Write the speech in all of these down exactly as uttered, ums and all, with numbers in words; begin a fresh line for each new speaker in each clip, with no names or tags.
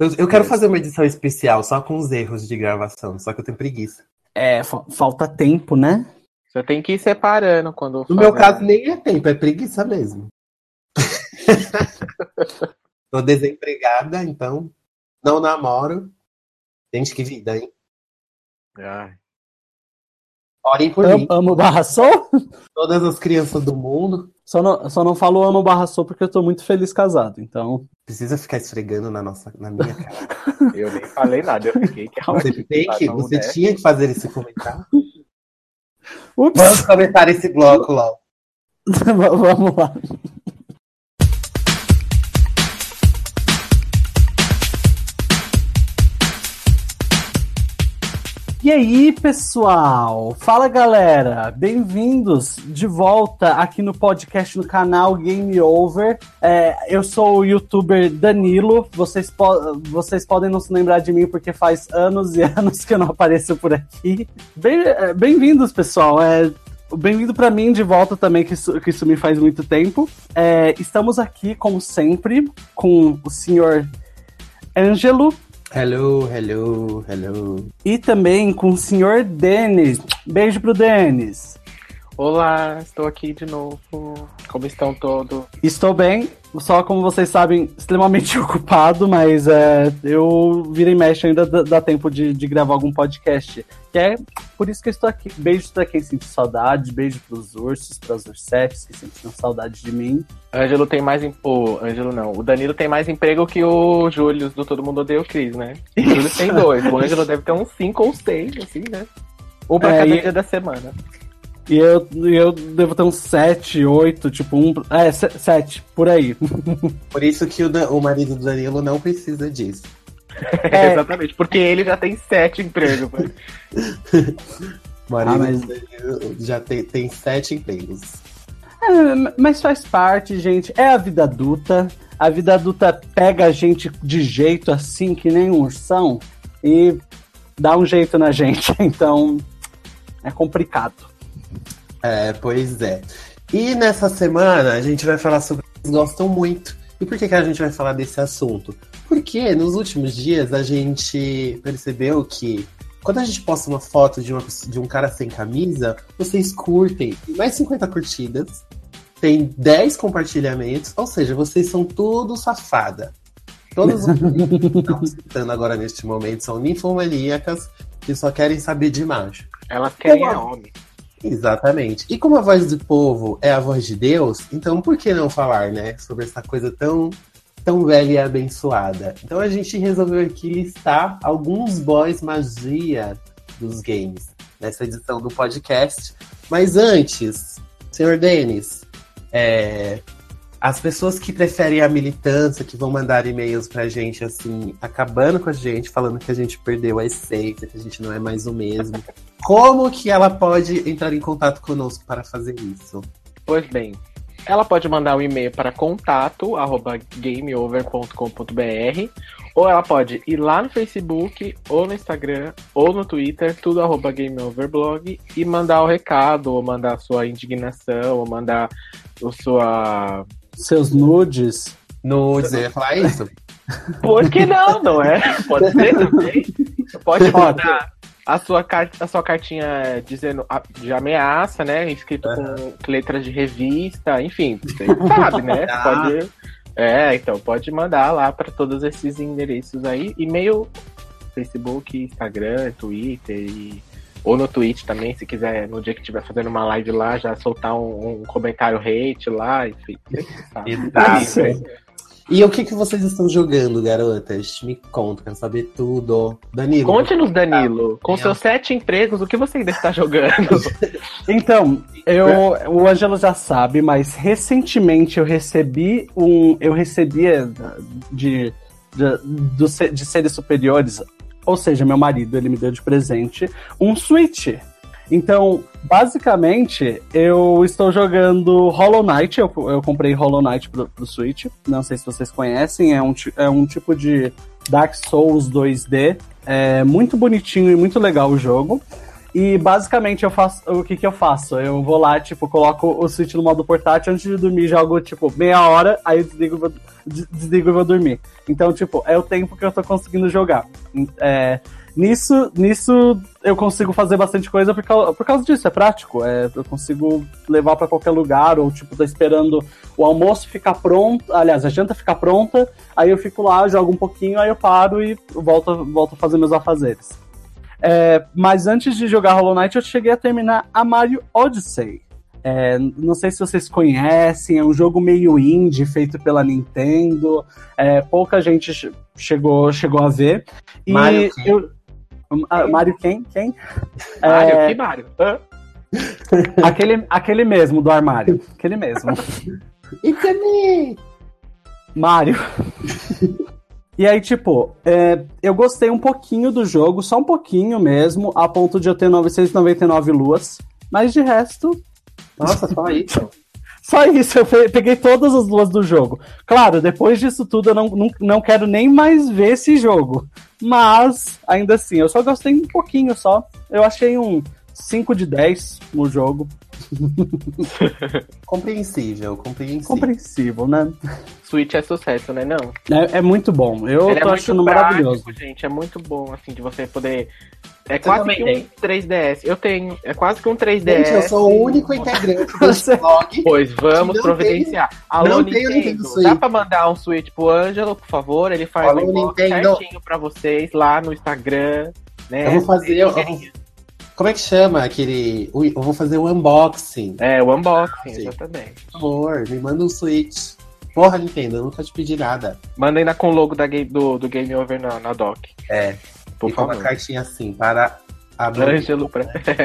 Eu, eu quero fazer uma edição especial só com os erros de gravação, só que eu tenho preguiça.
É, fa- falta tempo, né?
Você tem que ir separando quando
No
fazer.
meu caso, nem é tempo, é preguiça mesmo. Tô desempregada, então não namoro. Gente, que vida, hein?
Ai.
Orem por
Am-
mim.
amo barra sou?
Todas as crianças do mundo.
Só não, só não falo amo barra sou porque eu tô muito feliz casado, então...
Precisa ficar esfregando na, nossa, na minha cara.
Eu nem falei nada, eu fiquei que
Você, tem que,
não,
você
né?
tinha que fazer esse comentário.
Ups!
Vamos começar esse bloco logo.
Vamos lá. E aí, pessoal? Fala, galera! Bem-vindos de volta aqui no podcast no canal Game Over. É, eu sou o youtuber Danilo. Vocês, po- vocês podem não se lembrar de mim porque faz anos e anos que eu não apareço por aqui. Bem- é, bem-vindos, pessoal. É, bem-vindo pra mim de volta também, que isso, que isso me faz muito tempo. É, estamos aqui, como sempre, com o senhor Ângelo.
Hello, hello, hello.
E também com o senhor Denis. Beijo pro Denis.
Olá, estou aqui de novo. Como estão todos?
Estou bem, só como vocês sabem, extremamente ocupado, mas é, eu vira e mexe ainda dá, dá tempo de, de gravar algum podcast. Que é por isso que eu estou aqui. Beijos pra quem sentiu saudade, beijo pros ursos, pras ursetes que sentiram saudade de mim.
Ângelo tem mais. Em... O Ângelo não. O Danilo tem mais emprego que o Júlio do Todo Mundo Odeia o Cris, né? O Júlio tem dois. O Ângelo deve ter uns cinco ou seis, assim, né? Um pra
É,
cada
e-
dia da semana.
E eu, e eu devo ter uns sete, oito, tipo um. É, se- sete, por aí.
Por isso que o, Da- o marido do Danilo não precisa disso.
É.
Exatamente, porque ele já tem sete empregos. pô.
O marido
Ah, mas-
do Danilo já tem, tem sete empregos.
É, mas faz parte, gente. É a vida adulta. A vida adulta pega a gente de jeito assim, que nem um ursão, e dá um jeito na gente. Então, é complicado.
É, pois é. E nessa semana a gente vai falar sobre o que vocês gostam muito. E por que, que a gente vai falar desse assunto? Porque nos últimos dias a gente percebeu que quando a gente posta uma foto de, uma, de um cara sem camisa, vocês curtem. Tem mais cinquenta curtidas, tem dez compartilhamentos, ou seja, vocês são tudo safada. Todos os que estão citando agora neste momento são ninfomaníacas que só querem saber de macho.
Elas querem
Como?
é homem.
Exatamente. E como a voz do povo é a voz de Deus, então por que não falar, né, sobre essa coisa tão, tão velha e abençoada? Então a gente resolveu aqui listar alguns boys magia dos games nessa edição do podcast. Mas antes, senhor Denis, é, as pessoas que preferem a militância, que vão mandar e-mails pra gente, assim, acabando com a gente, falando que a gente perdeu a essência, que a gente não é mais o mesmo. Como que ela pode entrar em contato conosco para fazer isso?
Pois bem, ela pode mandar um e-mail para contato arroba gameover ponto com ponto br, ou ela pode ir lá no Facebook, ou no Instagram, ou no Twitter, tudo arroba gameoverblog, e mandar o recado, ou mandar a sua indignação, ou mandar a sua...
Seus nudes.
No, você ia falar isso?
Por que não, não é? Pode ser também. Pode mandar a sua, car- a sua cartinha dizendo a- de ameaça, né? Escrito
Uhum.
com letras de revista, enfim, você sabe, né?
Ah.
Pode, é, então pode mandar lá para todos esses endereços aí. E-mail, Facebook, Instagram, Twitter e... ou no Twitch também, se quiser, no dia que estiver fazendo uma live lá, já soltar um, um comentário hate lá, enfim. Você sabe.
Exato. E o que, que vocês estão jogando, garotas? Me conta, quero saber tudo. Danilo.
Conte-nos, Danilo, com seus sete empregos, o que você ainda está jogando?
Então, eu, o Ângelo já sabe, mas recentemente eu recebi um. Eu recebia de, de, do, de seres superiores, ou seja, meu marido, ele me deu de presente um Switch. Então, basicamente, eu estou jogando Hollow Knight. Eu, eu comprei Hollow Knight pro, pro Switch. Não sei se vocês conhecem. É um, é um tipo de Dark Souls dois D. É muito bonitinho e muito legal o jogo. E basicamente eu faço. O que que eu faço? Eu vou lá, tipo, coloco o Switch no modo portátil, antes de dormir, jogo, tipo, meia hora, aí eu desligo, vou, desligo e vou dormir. Então, tipo, é o tempo que eu tô conseguindo jogar. É, nisso, nisso eu consigo fazer bastante coisa por causa, por causa disso, é prático. É, eu consigo levar pra qualquer lugar, ou tipo, tô esperando o almoço ficar pronto, aliás, a janta ficar pronta, aí eu fico lá, jogo um pouquinho, aí eu paro e volto, volto a fazer meus afazeres. É, mas antes de jogar Hollow Knight, eu cheguei a terminar a Mario Odyssey. É, não sei se vocês conhecem, é um jogo meio indie, feito pela Nintendo. É, pouca gente chegou, chegou a ver. E
Mario quem?
eu, ah, Mario quem? Quem?
Mario,
É,
que Mario? Hã?
aquele, aquele mesmo, do armário. Aquele mesmo.
It's a me!
Mario. E aí, tipo, é, eu gostei um pouquinho do jogo, só um pouquinho mesmo, a ponto de eu ter novecentas e noventa e nove luas. Mas de resto,
Nossa, só isso.
só isso, eu pe- peguei todas as luas do jogo. Claro, depois disso tudo eu não, não, não quero nem mais ver esse jogo. Mas, ainda assim, eu só gostei um pouquinho só. Eu achei um cinco de dez no jogo.
Compreensível, compreensível.
Compreensível, né?
Switch é sucesso, né? Não.
É, é muito bom. Eu
Ele
tô
é muito
achando
prático,
maravilhoso.
gente. É muito bom, assim, de você poder. É
Você
quase
também
que um
tem?
três D S. Eu tenho. É quase que um três D S.
Gente, eu sou o único integrante desse blog.
Pois vamos
Não
providenciar. Alô,
não tenho
Nintendo,
Nintendo Switch.
dá pra mandar um Switch pro Ângelo, por favor? Ele faz
Alô,
um inbox
Nintendo.
certinho pra vocês lá no Instagram, né?
Eu vou fazer. Eu, eu vou- como é que chama aquele. Ui, eu vou fazer o unboxing.
É, o unboxing,
Sim.
exatamente.
Por favor, me manda um Switch. Porra, Nintendo, eu nunca te pedi nada.
Manda ainda com o logo da game, do, do Game Over na, na doc.
É.
Por
e com uma
favor.
cartinha assim, para abrir.
Ângelo, pra...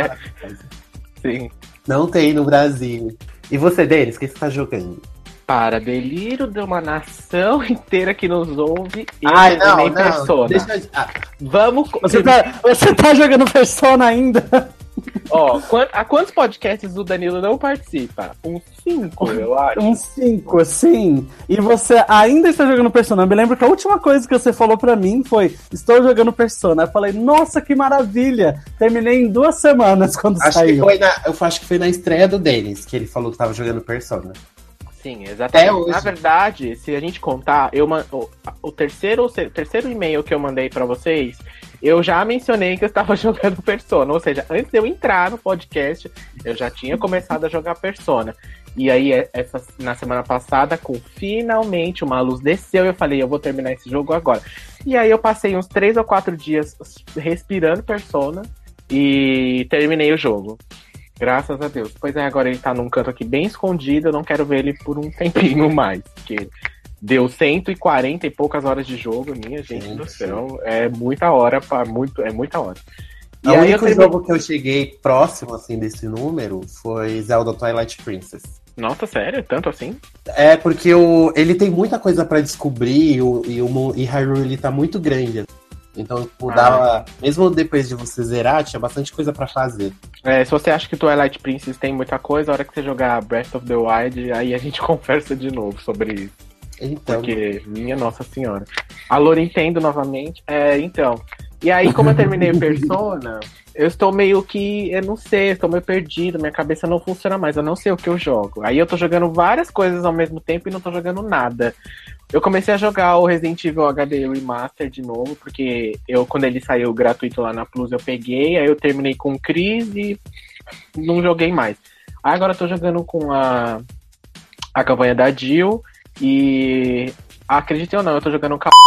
Sim.
Não tem no Brasil. E você, Denis, o que você tá jogando?
Para delírio de uma nação inteira que nos ouve, eu
Ai, não,
terminei
não.
Persona.
Deixa eu... ah,
Vamos.
Você tá, você tá jogando Persona ainda?
Ó, quant- a quantos podcasts o Danilo não participa? Um cinco, eu acho.
Um cinco, sim. E você ainda está jogando Persona. Eu me lembro que a última coisa que você falou pra mim foi: estou jogando Persona. Eu falei, nossa, que maravilha! Terminei em duas semanas quando
acho que
saiu.
foi na, eu acho que foi na estreia do Denis que ele falou que tava jogando Persona.
Sim,
Até
exatamente.
hoje.
Na verdade, se a gente contar, eu man- o, o terceiro, o se- terceiro e-mail que eu mandei pra vocês, eu já mencionei que eu estava jogando Persona. Ou seja, antes de eu entrar no podcast, eu já tinha começado a jogar Persona. E aí, é- essa, na semana passada, com finalmente uma luz desceu, eu falei, eu vou terminar esse jogo agora. E aí eu passei uns três ou quatro dias respirando Persona e terminei o jogo. Graças a Deus. Pois é, agora ele tá num canto aqui bem escondido, eu não quero ver ele por um tempinho mais, porque deu cento e quarenta e poucas horas de jogo, minha gente
Sim,
do
sim.
céu. É muita hora, pra, muito, é muita hora.
O
E aí eu
único
terminei...
jogo que eu cheguei próximo, assim, desse número foi Zelda Twilight Princess.
Nossa, sério? Tanto assim?
É, porque o, ele tem muita coisa pra descobrir e, o, e, o, mu- e Hyrule ele tá muito grande. Então, tipo,
Ah.
dava, mesmo depois de você zerar, tinha bastante coisa pra fazer.
É, se você acha que Twilight Princess tem muita coisa, a hora que você jogar Breath of the Wild, aí a gente conversa de novo sobre isso.
Então,
Porque, minha Nossa Senhora. Alô, Nintendo novamente. É, então. E aí, como eu terminei o Persona, eu estou meio que. Eu não sei, eu estou meio perdido, minha cabeça não funciona mais, eu não sei o que eu jogo. Aí eu tô jogando várias coisas ao mesmo tempo e não tô jogando nada. Eu comecei a jogar o Resident Evil H D Remaster de novo, porque eu, quando ele saiu gratuito lá na Plus, eu peguei, aí eu terminei com o Chris e não joguei mais. Aí agora eu tô jogando com a, a campanha da Jill e. Acreditem ou não, eu tô jogando com a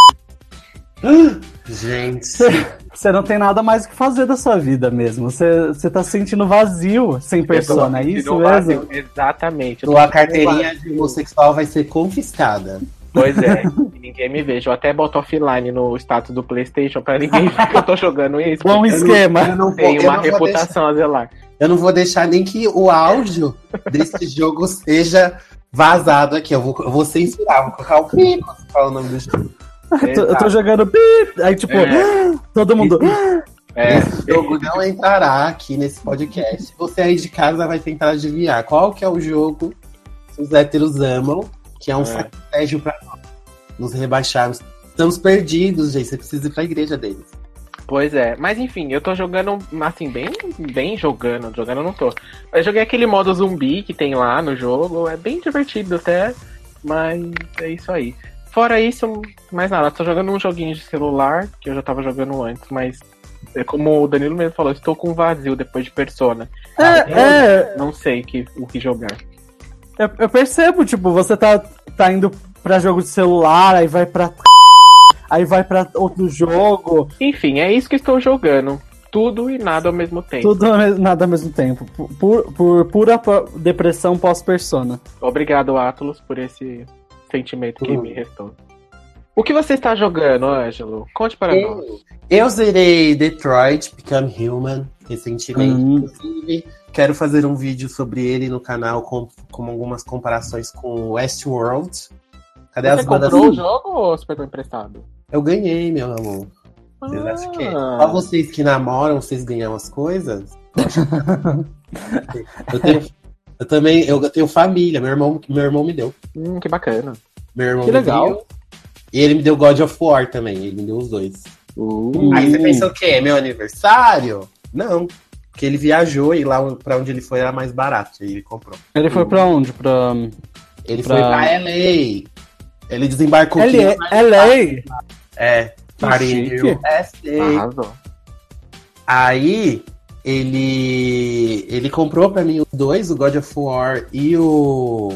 gente,
Você não tem nada mais o que fazer da sua vida mesmo. Você, você tá se sentindo vazio sem Persona, é isso mesmo?
Vazio, exatamente. Eu tô
sua
sentindo
carteirinha
vazio.
de homossexual vai ser confiscada.
Pois é, e ninguém me veja. Eu até boto offline no status do PlayStation pra ninguém ver que eu tô jogando isso.
Bom
porque
esquema.
Eu não vou,
tem
eu
uma
não vou
reputação a zelar.
deixar, eu não vou deixar nem que o áudio desse jogo seja vazado aqui. Eu vou, eu vou censurar, vou colocar o pico, falar o nome do jogo.
Eu tô, eu tô
Exato.
jogando bip, aí tipo,
É.
todo mundo.
É,
Esse jogo não entrará aqui nesse podcast. Você aí de casa vai tentar adivinhar qual que é o jogo que os héteros amam, que é um
É.
sacrilégio pra nós. Nos rebaixarmos. Estamos perdidos, gente. Você precisa ir pra igreja deles.
Pois é, mas enfim, eu tô jogando, assim, bem, bem jogando, jogando eu não tô. Eu joguei aquele modo zumbi que tem lá no jogo, é bem divertido até, mas é isso aí. Fora isso, mais nada, tô jogando um joguinho de celular, que eu já tava jogando antes, mas é como o Danilo mesmo falou, estou com um vazio depois de Persona.
É,
eu
é.
Não sei que, o que jogar.
Eu, eu percebo, tipo, você tá, tá indo pra jogo de celular, aí vai pra... Aí vai pra outro jogo.
Enfim, é isso que estou jogando. Tudo e nada ao mesmo tempo.
Tudo nada ao mesmo tempo. Por, por, por pura depressão pós-Persona.
Obrigado, Atlas, por esse sentimento que uhum. me restou. O que você está jogando, Ângelo? Conte para
eu,
nós.
Eu zerei Detroit Become Human recentemente. Uhum. Inclusive, quero fazer um vídeo sobre ele no canal com, com algumas comparações com Westworld. Cadê
você
as bandas?
Você comprou o jogo ou você pegou emprestado?
Eu ganhei, meu amor. Vocês ah. acham que é? Só vocês que namoram, vocês ganham as coisas? eu, tenho, eu também eu tenho família, meu irmão, meu irmão me deu.
Hum, que bacana.
Meu irmão
que
me
legal.
Deu, e ele me deu God of War também, ele me deu os dois.
Uh.
Aí você pensa o quê? É meu aniversário? Não, porque ele viajou e lá pra onde ele foi era mais barato, e ele comprou.
Ele foi pra onde? Pra...
Ele
pra...
foi pra L A. Ele desembarcou
aqui. L A?
É, Party S A. Aí, ele ele comprou pra mim os dois, o God of War e o,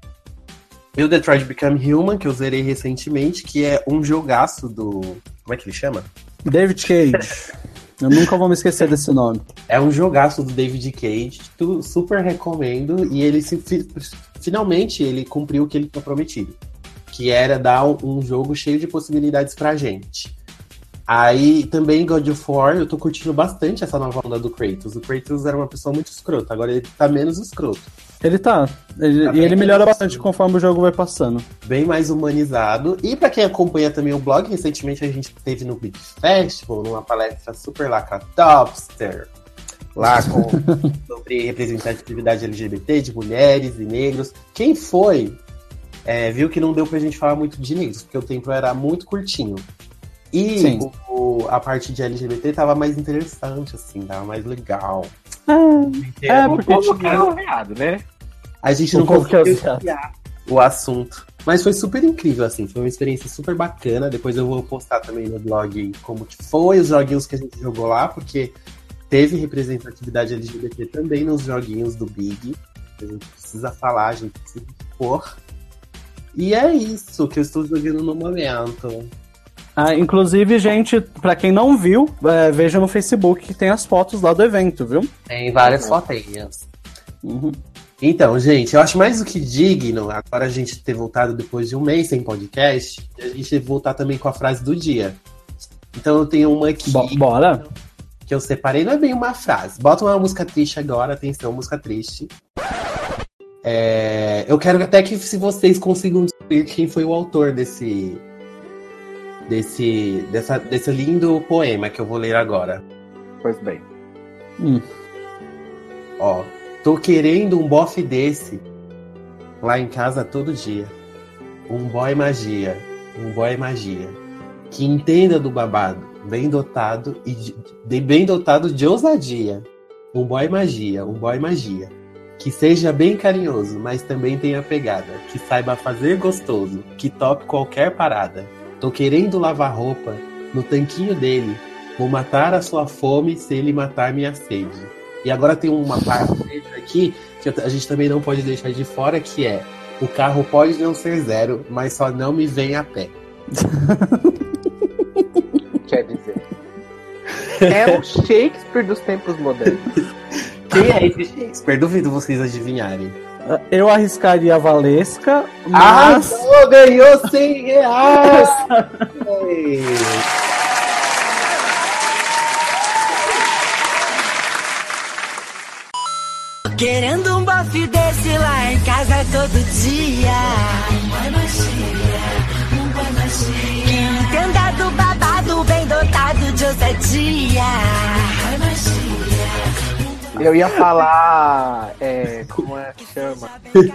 e o Detroit Become Human, que eu zerei recentemente, que é um jogaço do... Como é que ele chama?
David Cage. Eu nunca vou me esquecer desse nome.
É um jogaço do David Cage, tu, super recomendo, e ele se, finalmente ele cumpriu o que ele tinha prometido. Que era dar um jogo cheio de possibilidades pra gente. Aí, também, God of War, eu tô curtindo bastante essa nova onda do Kratos. O Kratos era uma pessoa muito escrota, agora ele tá menos escroto.
Ele tá. Ele, tá e ele melhora bastante conforme o jogo vai passando.
Bem mais humanizado. E pra quem acompanha também o blog, recentemente a gente teve no Big Festival, numa palestra super lá com a Topster, lá com, sobre representatividade L G B T, de mulheres e negros. Quem foi... É, viu que não deu pra gente falar muito de negros, porque o tempo era muito curtinho. E o, o, a parte de L G B T tava mais interessante, assim, tava mais legal.
É, é porque
o povo quer o veado, né?
A gente
o
não
conseguiu
criar o assunto. Mas foi super incrível, assim, foi uma experiência super bacana. Depois eu vou postar também no blog como que foi os joguinhos que a gente jogou lá, porque teve representatividade L G B T também nos joguinhos do Big. A gente precisa falar, a gente precisa expor. E é isso que eu estou jogando no momento.
Ah, inclusive, gente, pra quem não viu, é, veja no Facebook que tem as fotos lá do evento, viu?
Tem várias uhum. fotinhas. Uhum. Então, gente, eu acho mais do que digno, agora a gente ter voltado depois de um mês sem podcast, a gente voltar também com a frase do dia. Então eu tenho uma aqui.
Bo- bora!
Que eu separei, não é bem uma frase. Bota uma música triste agora, atenção, música triste. É, eu quero até que se vocês consigam descobrir quem foi o autor desse, desse, dessa, desse lindo poema que eu vou ler agora.
Pois bem.
Hum.
Ó, tô querendo um bofe desse lá em casa todo dia. Um boy magia, um boy magia. Que entenda do babado, bem dotado e de, de, bem dotado de ousadia. Um boy magia, um boy magia. Que seja bem carinhoso, mas também tenha pegada. Que saiba fazer gostoso, que tope qualquer parada. Tô querendo lavar roupa no tanquinho dele. Vou matar a sua fome se ele matar minha sede. E agora tem uma parte aqui que a gente também não pode deixar de fora, que é: o carro pode não ser zero, mas só não me vem a pé.
Quer dizer, é o Shakespeare dos tempos modernos.
Quem é esse Shakespeare? Duvido vocês adivinharem.
Eu arriscaria a Valesca, mas...
Ah, ganhou cem reais!
Querendo um bofe desse lá em casa todo dia. Um boy magia, um boy magia. Que entenda do babado, bem dotado de ousadia. Um boy magia.
Eu ia falar... É, como é que chama?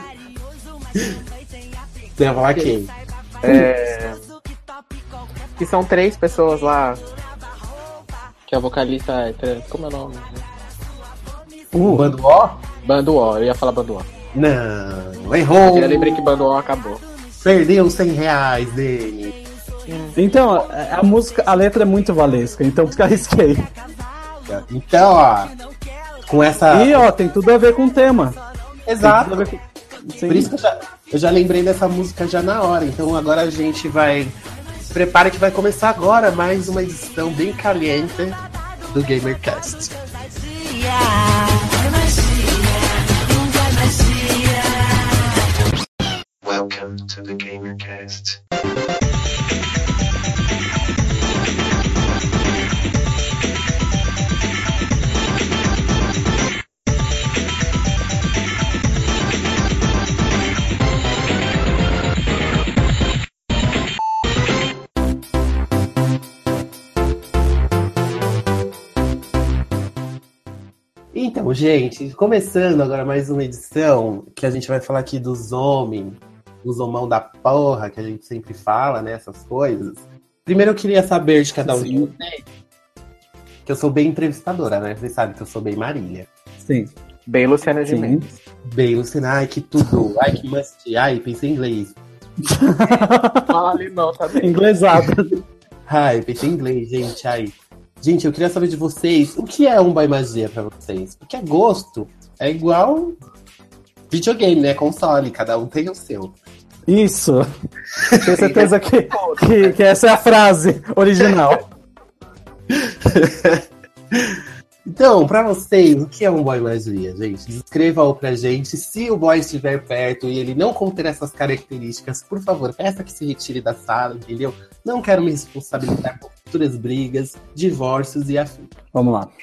Você ia falar quem?
É, que são três pessoas lá. Que é a vocalista é trans. Como é o nome?
O Bando O?
Bando O, eu ia falar Bando O.
Não, errou.
Eu lembrei que Bando O acabou.
Perdeu cem reais dele.
Então, a música, a letra é muito valesca, então por isso que eu arrisquei.
Então, ó, com essa...
E, ó, tem tudo a ver com o tema.
Exato.
Com...
Por isso que eu já, eu já lembrei dessa música já na hora. Então agora a gente vai... Se prepara que vai começar agora mais uma edição bem caliente do GamerCast. Welcome to the GamerCast. Então, gente, começando agora mais uma edição que a gente vai falar aqui dos homens, dos homão da porra, que a gente sempre fala, né, essas coisas. Primeiro eu queria saber de cada um de vocês, que eu sou bem entrevistadora, né? Vocês sabem que eu sou bem Marília.
Sim.
Bem Luciana de Mendes.
Bem Luciana, ai que tudo, ai que must, ai, pensei em inglês.
Fala ali não, tá bem.
Inglesado.
Ai, pensei em inglês, gente, ai. Gente, eu queria saber de vocês, o que é um boy magia pra vocês? Porque é gosto, é igual videogame, né? Console, cada um tem o seu.
Isso. Tenho certeza que, que, que essa é a frase original.
Então, pra vocês, o que é um boy magia, gente? Descreva-o pra gente. Se o boy estiver perto e ele não conter essas características, por favor, peça que se retire da sala, entendeu? Não quero me responsabilizar por futuras brigas, divórcios e afins.
Vamos lá.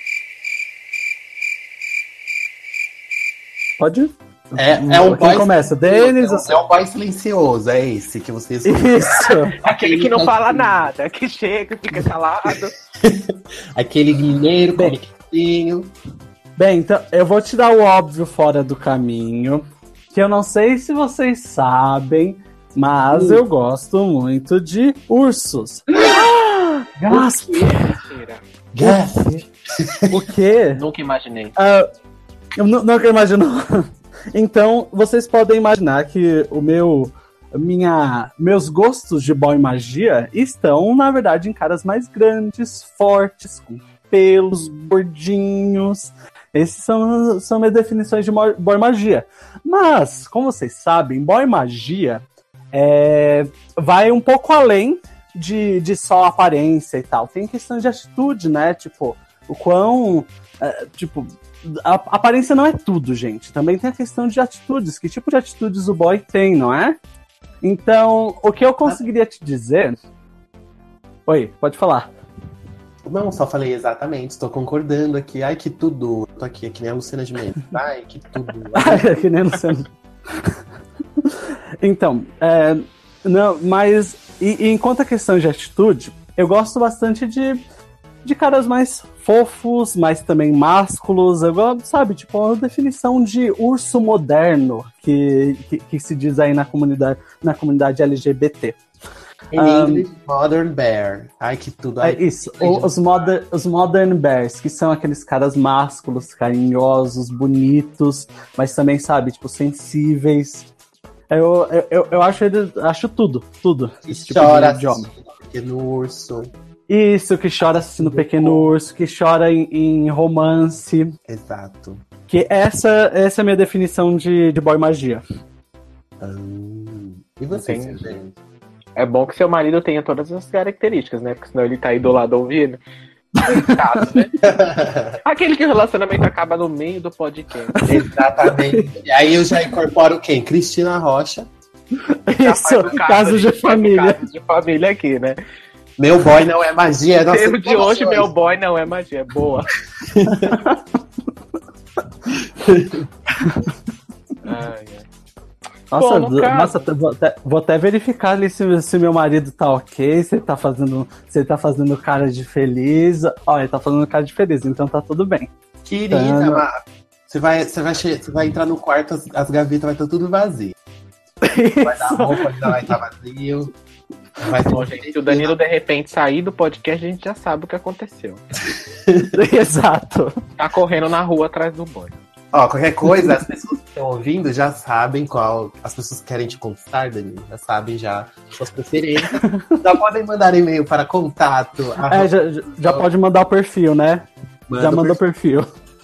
Pode ir?
É, é um
Quem
boy
começa? Denis?
É um boy silencioso, é esse que vocês...
Isso!
Aquele que não fala nada, que chega, fica calado.
Aquele mineiro, come quietinho.
Bem, então eu vou tirar o óbvio fora do caminho, que eu não sei se vocês sabem, mas uh. eu gosto muito de ursos. Gasp!
Mentira.
O quê?
Nunca imaginei.
Uh, eu n- nunca imaginou. Então, vocês podem imaginar que o meu, minha, meus gostos de boy magia estão, na verdade, em caras mais grandes, fortes, com pelos, gordinhos. Essas são, são minhas definições de boy magia. Mas, como vocês sabem, boy magia é, vai um pouco além de, de só aparência e tal. Tem questão de atitude, né? Tipo, o quão... É, tipo... A aparência não é tudo, gente. Também tem a questão de atitudes. Que tipo de atitudes o boy tem, não é? Então, o que eu conseguiria te dizer... Oi, pode falar.
Não, só falei exatamente. Estou concordando aqui. Ai, que tudo. Tô aqui, é que nem a Luciana de Mendes. Ai, que tudo.
Ai, que nem a Luciana. Então, é, não, mas... E, e enquanto a questão de atitude, eu gosto bastante de... de caras mais fofos, mas também másculos. Eu gosto, sabe, tipo, uma definição de urso moderno que, que, que se diz aí na comunidade, na comunidade L G B T.
Em um, inglês, Modern Bear. Ai, que tudo. Ai,
é isso, os, moder, os Modern Bears, que são aqueles caras másculos, carinhosos, bonitos, mas também, sabe, tipo, sensíveis. Eu, eu, eu, eu acho, ele, acho tudo, tudo.
Que
esse tipo
chora
de, de homem.
Pequeno urso.
Isso, que chora assistindo Pequeno Urso, que chora em, em romance.
Exato.
Que essa, essa é a minha definição de, de boy magia.
Hum. E você,
Entendi.
gente?
É bom que seu marido tenha todas as características, né? Porque senão ele tá aí do lado ouvindo. Coitado, né? Aquele que o relacionamento acaba no meio do podcast.
Exatamente. E aí eu já incorporo quem? Cristina Rocha.
Isso, caso de família.
Caso de família aqui, né?
Meu boy não é magia, é
O
nossa
termo de hoje, meu boy não é magia, é boa. Ai, ai.
Nossa,
Bom,
do,
caso...
nossa vou, até, vou até verificar ali se, se meu marido tá ok, se ele tá fazendo, se ele tá fazendo cara de feliz. Ó, ele tá fazendo cara de feliz, então tá tudo bem.
Querida,
Então...
Má, você vai, você, vai che- você vai entrar no quarto, as, as gavetas vai estar tudo vazio. Vai dar roupa, ainda vai estar vazio. Vai
Bom, gente, se o Danilo de repente sair do podcast, a gente já sabe o que aconteceu.
Exato.
Tá correndo na rua atrás do boy.
Ó, qualquer coisa, as pessoas que estão ouvindo já sabem qual. As pessoas que querem te conquistar, Danilo, já sabem já suas preferências. Já podem mandar e-mail para contato.
É, já, já, já pode mandar o perfil, né?
Manda
já mandou o perfil.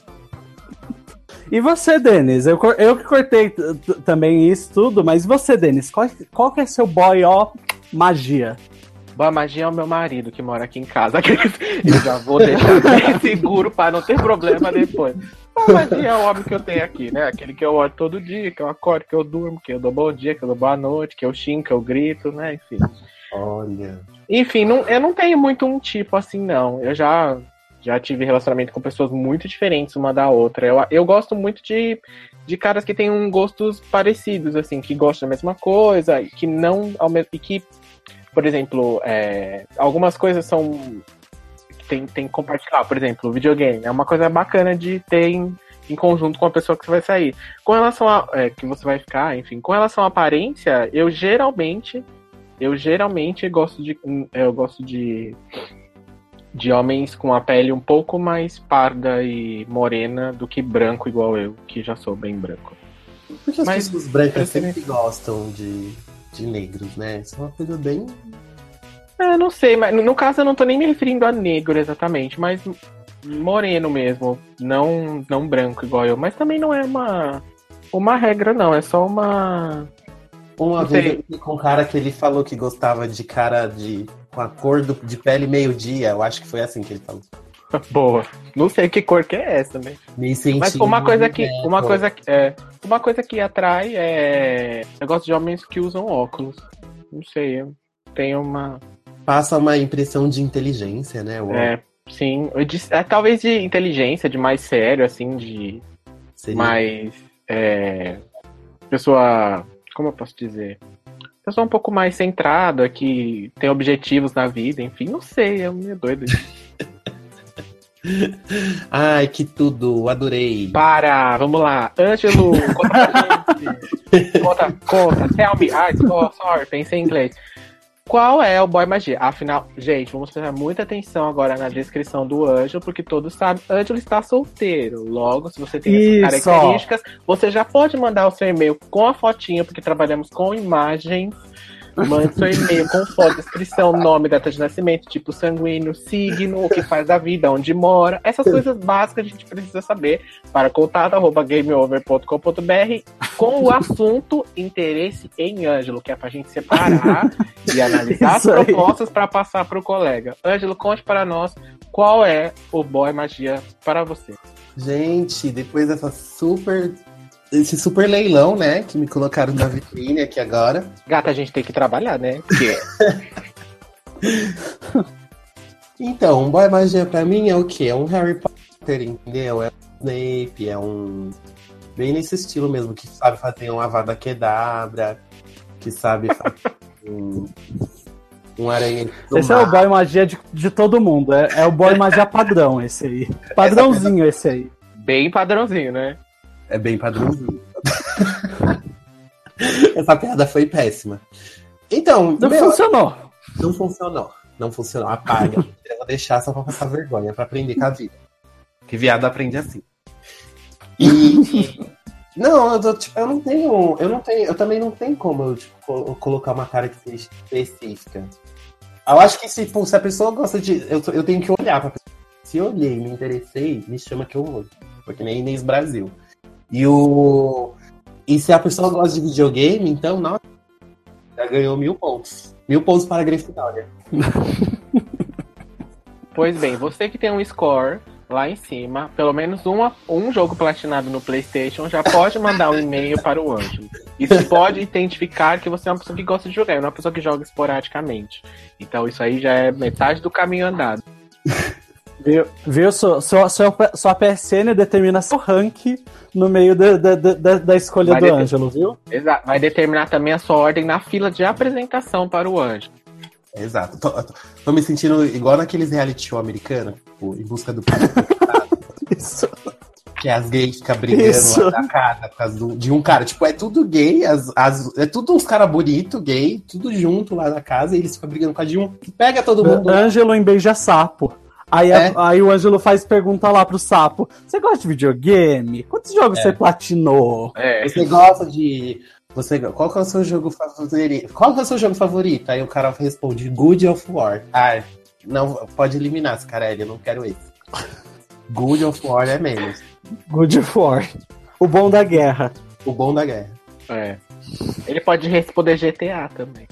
E você, Denis? Eu, eu que cortei t- t- também isso tudo, mas e você, Denis? Qual, qual que é seu boy, ó, magia?
Boa magia é o meu marido que mora aqui em casa. Eu já vou deixar bem seguro para não ter problema depois. Boa magia é o homem que eu tenho aqui, né? Aquele que eu olho todo dia, que eu acordo, que eu durmo, que eu dou bom dia, que eu dou boa noite, que eu xingo, que eu grito, né? Enfim.
Olha.
Enfim, não, eu não tenho muito um tipo assim, não. Eu já, já tive relacionamento com pessoas muito diferentes uma da outra. Eu, eu gosto muito de, de caras que têm um gostos parecidos, assim, que gostam da mesma coisa, e que não ao mesmo. E que, por exemplo, é, algumas coisas são. Tem, tem que compartilhar, por exemplo, o videogame. É uma coisa bacana de ter em, em conjunto com a pessoa que você vai sair. Com relação a. É, que você vai ficar, enfim, com relação à aparência, eu geralmente. Eu geralmente gosto de. Eu gosto de. De homens com a pele um pouco mais parda e morena do que branco igual eu, que já sou bem branco.
Porque as
Mas,
pessoas brancas
preferi-
sempre gostam de, de negros, né? Isso é uma coisa bem.
É, não sei, mas no caso eu não tô nem me referindo a negro exatamente, mas moreno mesmo, não, não branco igual eu, mas também não é uma, uma regra não, é só uma...
Uma
Não
vez
sei.
eu fiquei com um cara que ele falou que gostava de cara de com a cor do, de pele meio-dia. Eu acho que foi assim que ele falou.
Boa. Não sei que cor que é essa, né?
Me senti
Mas uma coisa que,
boneco.
uma coisa que, é, uma coisa que atrai é, eu gosto de homens que usam óculos. Não sei, eu tenho uma,
Passa uma impressão de inteligência, né? O
é, sim, eu disse- é, talvez de inteligência, de mais sério, assim, de
seria-
mais é, pessoa, como eu posso dizer, pessoa um pouco mais centrada, que tem objetivos na vida, enfim, não sei, é meio doido.
Ai, que tudo, adorei.
Para, vamos lá, Ângelo, conta pra gente, conta, conta, tell me, ai, oh, sorry, pensei em inglês. Qual é o boy magia? Afinal, gente, vamos prestar muita atenção agora na descrição do Ângelo, porque todos sabem, Ângelo está solteiro. Logo, se você tem essas
Isso.
características, você já pode mandar o seu e-mail com a fotinha, porque trabalhamos com imagens. Mande seu e-mail com foto, descrição, nome, data de nascimento, tipo sanguíneo, signo, o que faz da vida, onde mora. Essas coisas básicas a gente precisa saber para contato arroba gameover ponto com ponto br com o assunto interesse em Ângelo, que é pra gente separar e analisar as
Isso aí.
propostas para passar para o colega. Ângelo, conte para nós qual é o boy magia para você.
Gente, depois dessa super. Esse super leilão, né? Que me colocaram na vitrine aqui agora.
Gata, a gente tem que trabalhar, né? Porque
Então, um boy magia pra mim é o quê? É um Harry Potter, entendeu? É um Snape, é um. Bem nesse estilo mesmo, que sabe fazer um Avada Kedavra, que sabe fazer um. Um aranha. do
Esse é o
mar.
boy magia de, de todo mundo. É, é o boy magia padrão, esse aí. Padrãozinho, esse aí.
bem padrãozinho, né?
É bem padrãozinho. Essa piada foi péssima. Então,
Não
meu,
funcionou.
não funcionou. Não funcionou. Apaga. Eu vou deixar só pra passar vergonha, pra aprender com a vida. Que viado aprende assim. E. Não, eu, tô, tipo, eu não tenho. Eu não tenho. Eu também não tenho como eu, tipo, col- colocar uma característica específica. Eu acho que se, pô, se a pessoa gosta de. Eu, tô- eu tenho que olhar pra pessoa. Se eu olhei e me interessei, me chama que eu vou. Porque nem Inês Brasil. E o. E se a pessoa gosta de videogame, então, nossa, já ganhou mil pontos. Mil pontos para a Grifinória.
Pois bem, você que tem um score lá em cima, pelo menos uma, um jogo platinado no PlayStation, já pode mandar um e-mail para o Ângelo. Isso pode identificar que você é uma pessoa que gosta de jogar, não é uma pessoa que joga esporadicamente. Então isso aí já é metade do caminho andado.
Viu? Viu? Sua, sua, sua, sua P S N determina seu rank no meio da, da, da, da escolha
Vai
do
deter-
Ângelo, viu?
Exato. Vai determinar também a sua ordem na fila de apresentação para o Ângelo.
Exato. Tô, tô- tô me sentindo igual naqueles reality show americanos, tipo, em busca do.
Isso.
Que as gays ficam brigando
Isso.
lá na casa por causa do- de um cara. Tipo, é tudo gay, as, as- é tudo uns caras bonitos, gay, tudo junto lá na casa, e eles ficam brigando por causa de um. Pega todo mundo.
Ângelo em Beija-Sapo. Aí, a-
É.
aí o Ângelo faz pergunta lá pro sapo: você gosta de videogame? Quantos jogos
É.
você platinou?
É.
Você gosta de. Você, qual que é o seu jogo favorito? Qual que é o seu jogo favorito? Aí o cara responde Good of War. Ah, não, pode eliminar esse cara, eu não quero esse. Good of War é menos.
Good of War. O bom da guerra.
O bom da guerra.
É. Ele pode responder G T A também.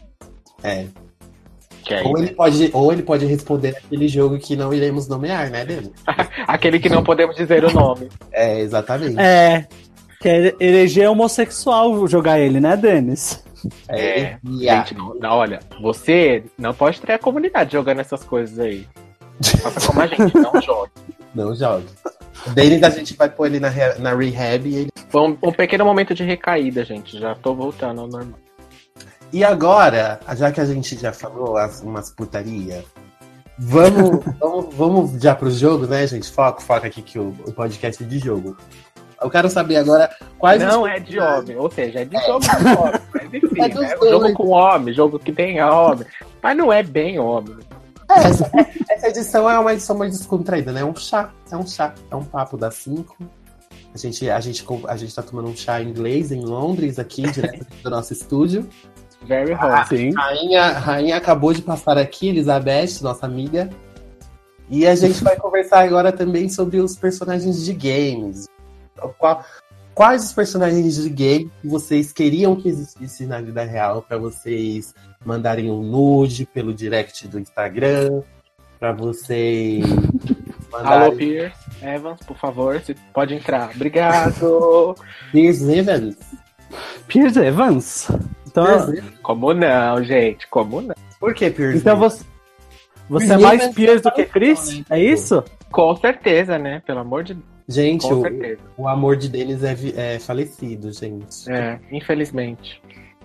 É.
Que aí,
Ou ele, pode, ou ele pode responder aquele jogo que não iremos nomear, né, dele?
aquele que não podemos dizer o nome.
É, exatamente.
É. Que é eleger homossexual jogar ele, né, Denis?
É.
e a-
Gente, não, não, olha, você não pode ter a comunidade jogando essas coisas aí. Faça como a gente, não joga.
Não joga. O Denis a gente vai pôr ele na, re- na rehab e ele.
Foi um, um pequeno momento de recaída, gente. Já tô voltando ao normal.
E agora, já que a gente já falou as, umas putaria, vamos, vamos, vamos já pro jogo, né, gente? Foco, foca aqui que o, o podcast é de jogo. Eu quero saber agora quais.
Não
os
é de
personagens-
homem, ou seja, é de jogo de homem. Mas enfim,
É dos
né?
dois.
Jogo com homem, jogo que tem homem. Mas não é bem homem.
É, essa, essa edição é uma edição mais descontraída, né? É um chá, é um chá, é um papo das cinco. A gente, a gente, a gente tá tomando um chá inglês em Londres, aqui, direto do nosso estúdio.
Very hot.
Ah,
Sim.
Rainha, rainha acabou de passar aqui, Elizabeth, nossa amiga. E a gente vai conversar agora também sobre os personagens de games. Qual- quais os personagens de game que vocês queriam que existissem na vida real para vocês mandarem um nude pelo direct do Instagram, para vocês
Alô,
mandarem
Pierce Evans, por favor, você pode entrar. Obrigado.
Piers Evans.
Piers Evans? Então,
Piers Evans.
Como não, gente? Como não?
Por que Piers
então
Evans?
você, você é
Piers
mais
Evans
Piers do
é
que Chris?
né?
É isso?
Com certeza, né? Pelo amor de Deus.
Gente,
Com
o,
certeza.
o amor de Denis é, vi- é falecido, gente.
É, infelizmente.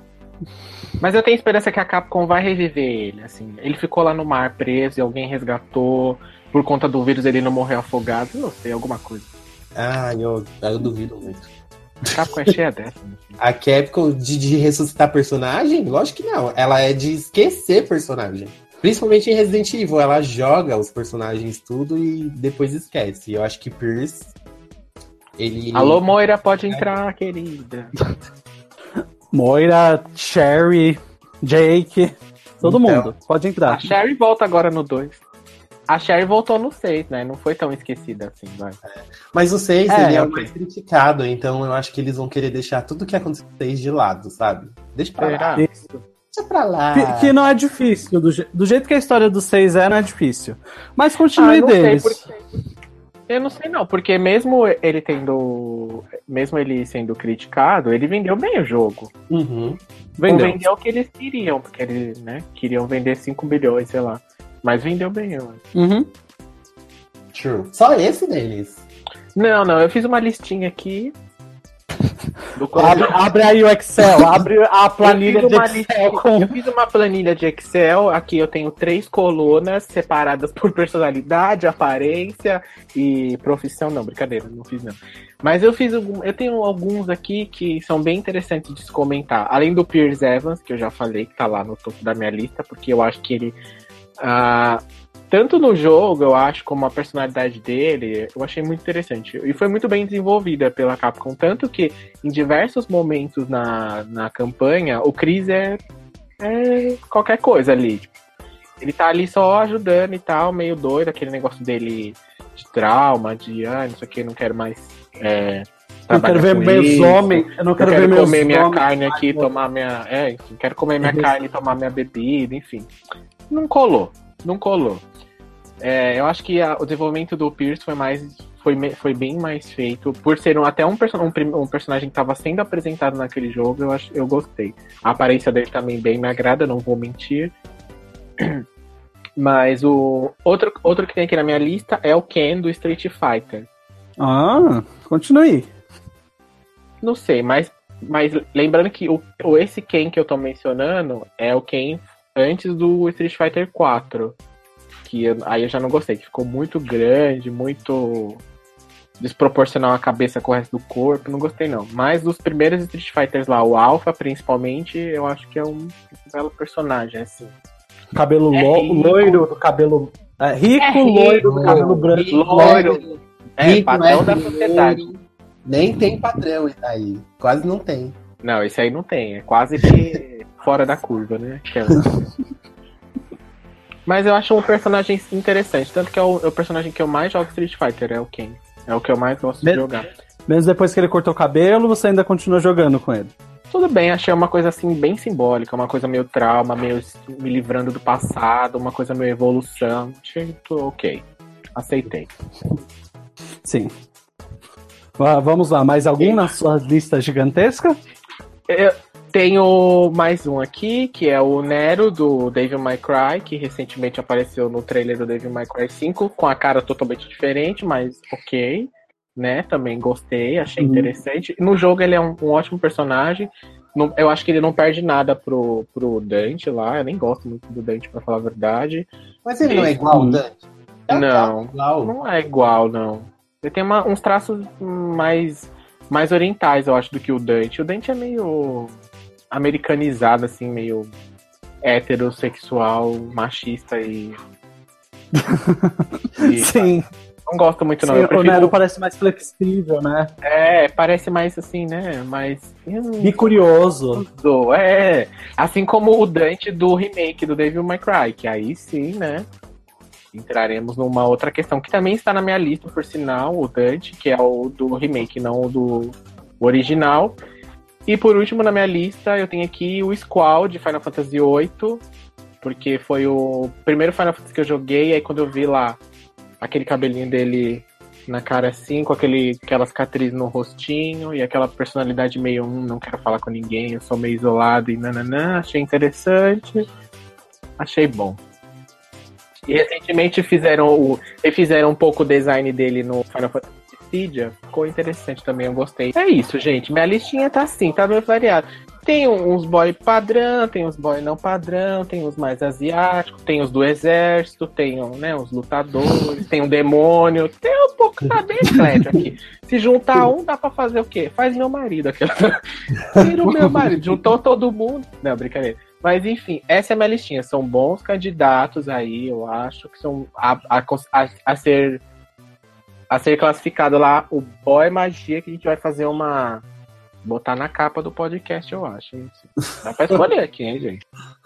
Mas eu tenho esperança que a Capcom vai reviver ele, assim. Ele ficou lá no mar preso e alguém resgatou. Por conta do vírus ele não morreu afogado. Não sei, alguma coisa.
Ah, eu, eu duvido muito.
A Capcom é cheia dessa. Né?
A Capcom de, de ressuscitar personagem? Lógico que não. Ela é de esquecer personagem. Principalmente em Resident Evil. Ela joga os personagens tudo e depois esquece. E eu acho que Pierce. Ele.
Alô, Moira, pode entrar, querida.
Moira, Sherry, Jake, todo
Então.
mundo. Pode
A
entrar.
Sherry volta agora no dois. A Sherry voltou no seis, né? Não foi tão esquecida assim, vai.
Mas o seis,
É,
ele é o
ok.
mais criticado. Então eu acho que eles vão querer deixar tudo que aconteceu no seis de lado, sabe? Deixa pra lá.
Será?
Isso.
Deixa pra lá.
Que, que não é difícil. Do, je- do jeito que a história do seis é, não é difícil. Mas
Ah,
continue
eu não sei
deles.
por quê. Eu não sei não, porque mesmo ele tendo. Mesmo ele sendo criticado, ele vendeu bem o jogo.
Uhum.
Não
Vendeu.
vendeu o que eles queriam, porque eles, né, queriam vender cinco bilhões, sei lá. Mas vendeu bem, eu acho.
Uhum.
True. Só esse deles.
Não, não, eu fiz uma listinha aqui. Do
Abre, abre aí o Excel, abre a planilha
eu fiz
de
uma
Excel
listinha-
com.
Eu fiz uma planilha de Excel. Aqui eu tenho três colunas separadas por personalidade, aparência e profissão. Não, brincadeira, não fiz não. Mas eu fiz algum, eu tenho alguns aqui que são bem interessantes de se comentar. Além do Piers Evans, que eu já falei, que tá lá no topo da minha lista, porque eu acho que ele. ah, tanto no jogo, eu acho, como a personalidade dele, eu achei muito interessante. E foi muito bem desenvolvida pela Capcom. Tanto que, em diversos momentos na, na campanha, o Chris é, é qualquer coisa ali. Ele tá ali só ajudando e tal, meio doido, aquele negócio dele de trauma, de, ah, não sei o que, não quero mais é,
Eu quero
trabalhar
ver
com
meus
isso.
homens. Eu não
Eu
quero,
quero
ver meus
comer minha
homens.
carne aqui, tomar minha. É, enfim, quero comer minha
Uhum.
carne e tomar minha bebida, enfim. Não colou, não colou. É, eu acho que a- o desenvolvimento do Pierce foi mais. Foi, me- foi bem mais feito. Por ser um, até um, perso- um, prim- um personagem que estava sendo apresentado naquele jogo, eu, acho, eu gostei. A aparência dele também bem me agrada, não vou mentir. Mas o outro, outro que tem aqui na minha lista é o Ken do Street Fighter.
Ah, continue.
Não sei, mas, mas lembrando que o, o- esse Ken que eu tô mencionando é o Ken antes do Street Fighter quatro. Que eu- aí eu já não gostei, que ficou muito grande, muito. desproporcional a cabeça com o resto do corpo, não gostei não. Mas dos primeiros Street Fighters lá, o Alpha principalmente, eu acho que é um belo personagem, assim.
Cabelo
É
lo-
rico.
loiro, do cabelo... É, rico,
É rico,
loiro, do cabelo branco.
rico,
Loiro. É,
rico,
padrão
é
da
rico.
sociedade.
Nem tem padrão isso aí. Quase não tem.
Não, esse aí não tem, é quase que fora da curva, né? Aquela. Mas eu acho um personagem interessante, tanto que é o, é o personagem que eu mais jogo Street Fighter, é o Ken. É o que eu mais gosto
Me-
de jogar.
Mesmo depois que ele cortou o cabelo, você ainda continua jogando com ele.
Tudo bem, achei uma coisa assim bem simbólica, uma coisa meio trauma, meio me livrando do passado, uma coisa meio evolução. Achei tudo ok. Aceitei.
Sim. Ah, vamos lá, mais algum na sua lista gigantesca?
Eu tenho mais um aqui, que é o Nero, do Devil May Cry, que recentemente apareceu no trailer do Devil May Cry cinco, com a cara totalmente diferente, mas ok, né? Também gostei, achei
Uhum.
interessante. No jogo ele é um, um ótimo personagem. Não- eu acho que ele não perde nada pro, pro Dante lá, eu nem gosto muito do Dante, pra falar a verdade.
Mas ele não é igual,
Hum.
Dante? É
Não.
igual.
Não é igual, não. Ele tem uma- uns traços mais, mais orientais, eu acho, do que o Dante. O Dante é meio americanizado, assim, meio heterossexual, machista e. e
Sim.
não gosto muito, não.
Sim,
Eu
o
prefiro-
Nero parece mais flexível, né?
É, parece mais assim, né? Mais.
E curioso.
Do- É, assim como o Dante do remake do Devil May Cry, que aí sim, né? Entraremos numa outra questão que também está na minha lista, por sinal, o Dante, que é o do remake, não o do original. E por último na minha lista eu tenho aqui o Squall de Final Fantasy oito, porque foi o primeiro Final Fantasy que eu joguei, aí quando eu vi lá aquele cabelinho dele na cara assim, com aquele, aquela cicatriz no rostinho e aquela personalidade meio, hum, não quero falar com ninguém, eu sou meio isolado e nananã, achei interessante, achei bom. E recentemente fizeram o, refizeram um pouco o design dele no Final Fantasy Dissidia, ficou interessante também, eu gostei. É isso, gente, minha listinha tá assim, tá meio variado. Tem uns boy padrão, tem uns boy não padrão, tem os mais asiáticos, tem os do exército, tem né, os lutadores, tem um demônio, tem um pouco, tá bem eclético aqui. Se juntar um, dá pra fazer o quê? Faz meu marido, aquela. Tira o meu marido, juntou todo mundo. Não, brincadeira. Mas enfim, essa é a minha listinha. São bons candidatos aí, eu acho, que são a, a, a, a ser a ser classificado lá o boy magia, que a gente vai fazer uma botar na capa do podcast, eu acho. Isso. Dá pra escolher aqui, hein, gente?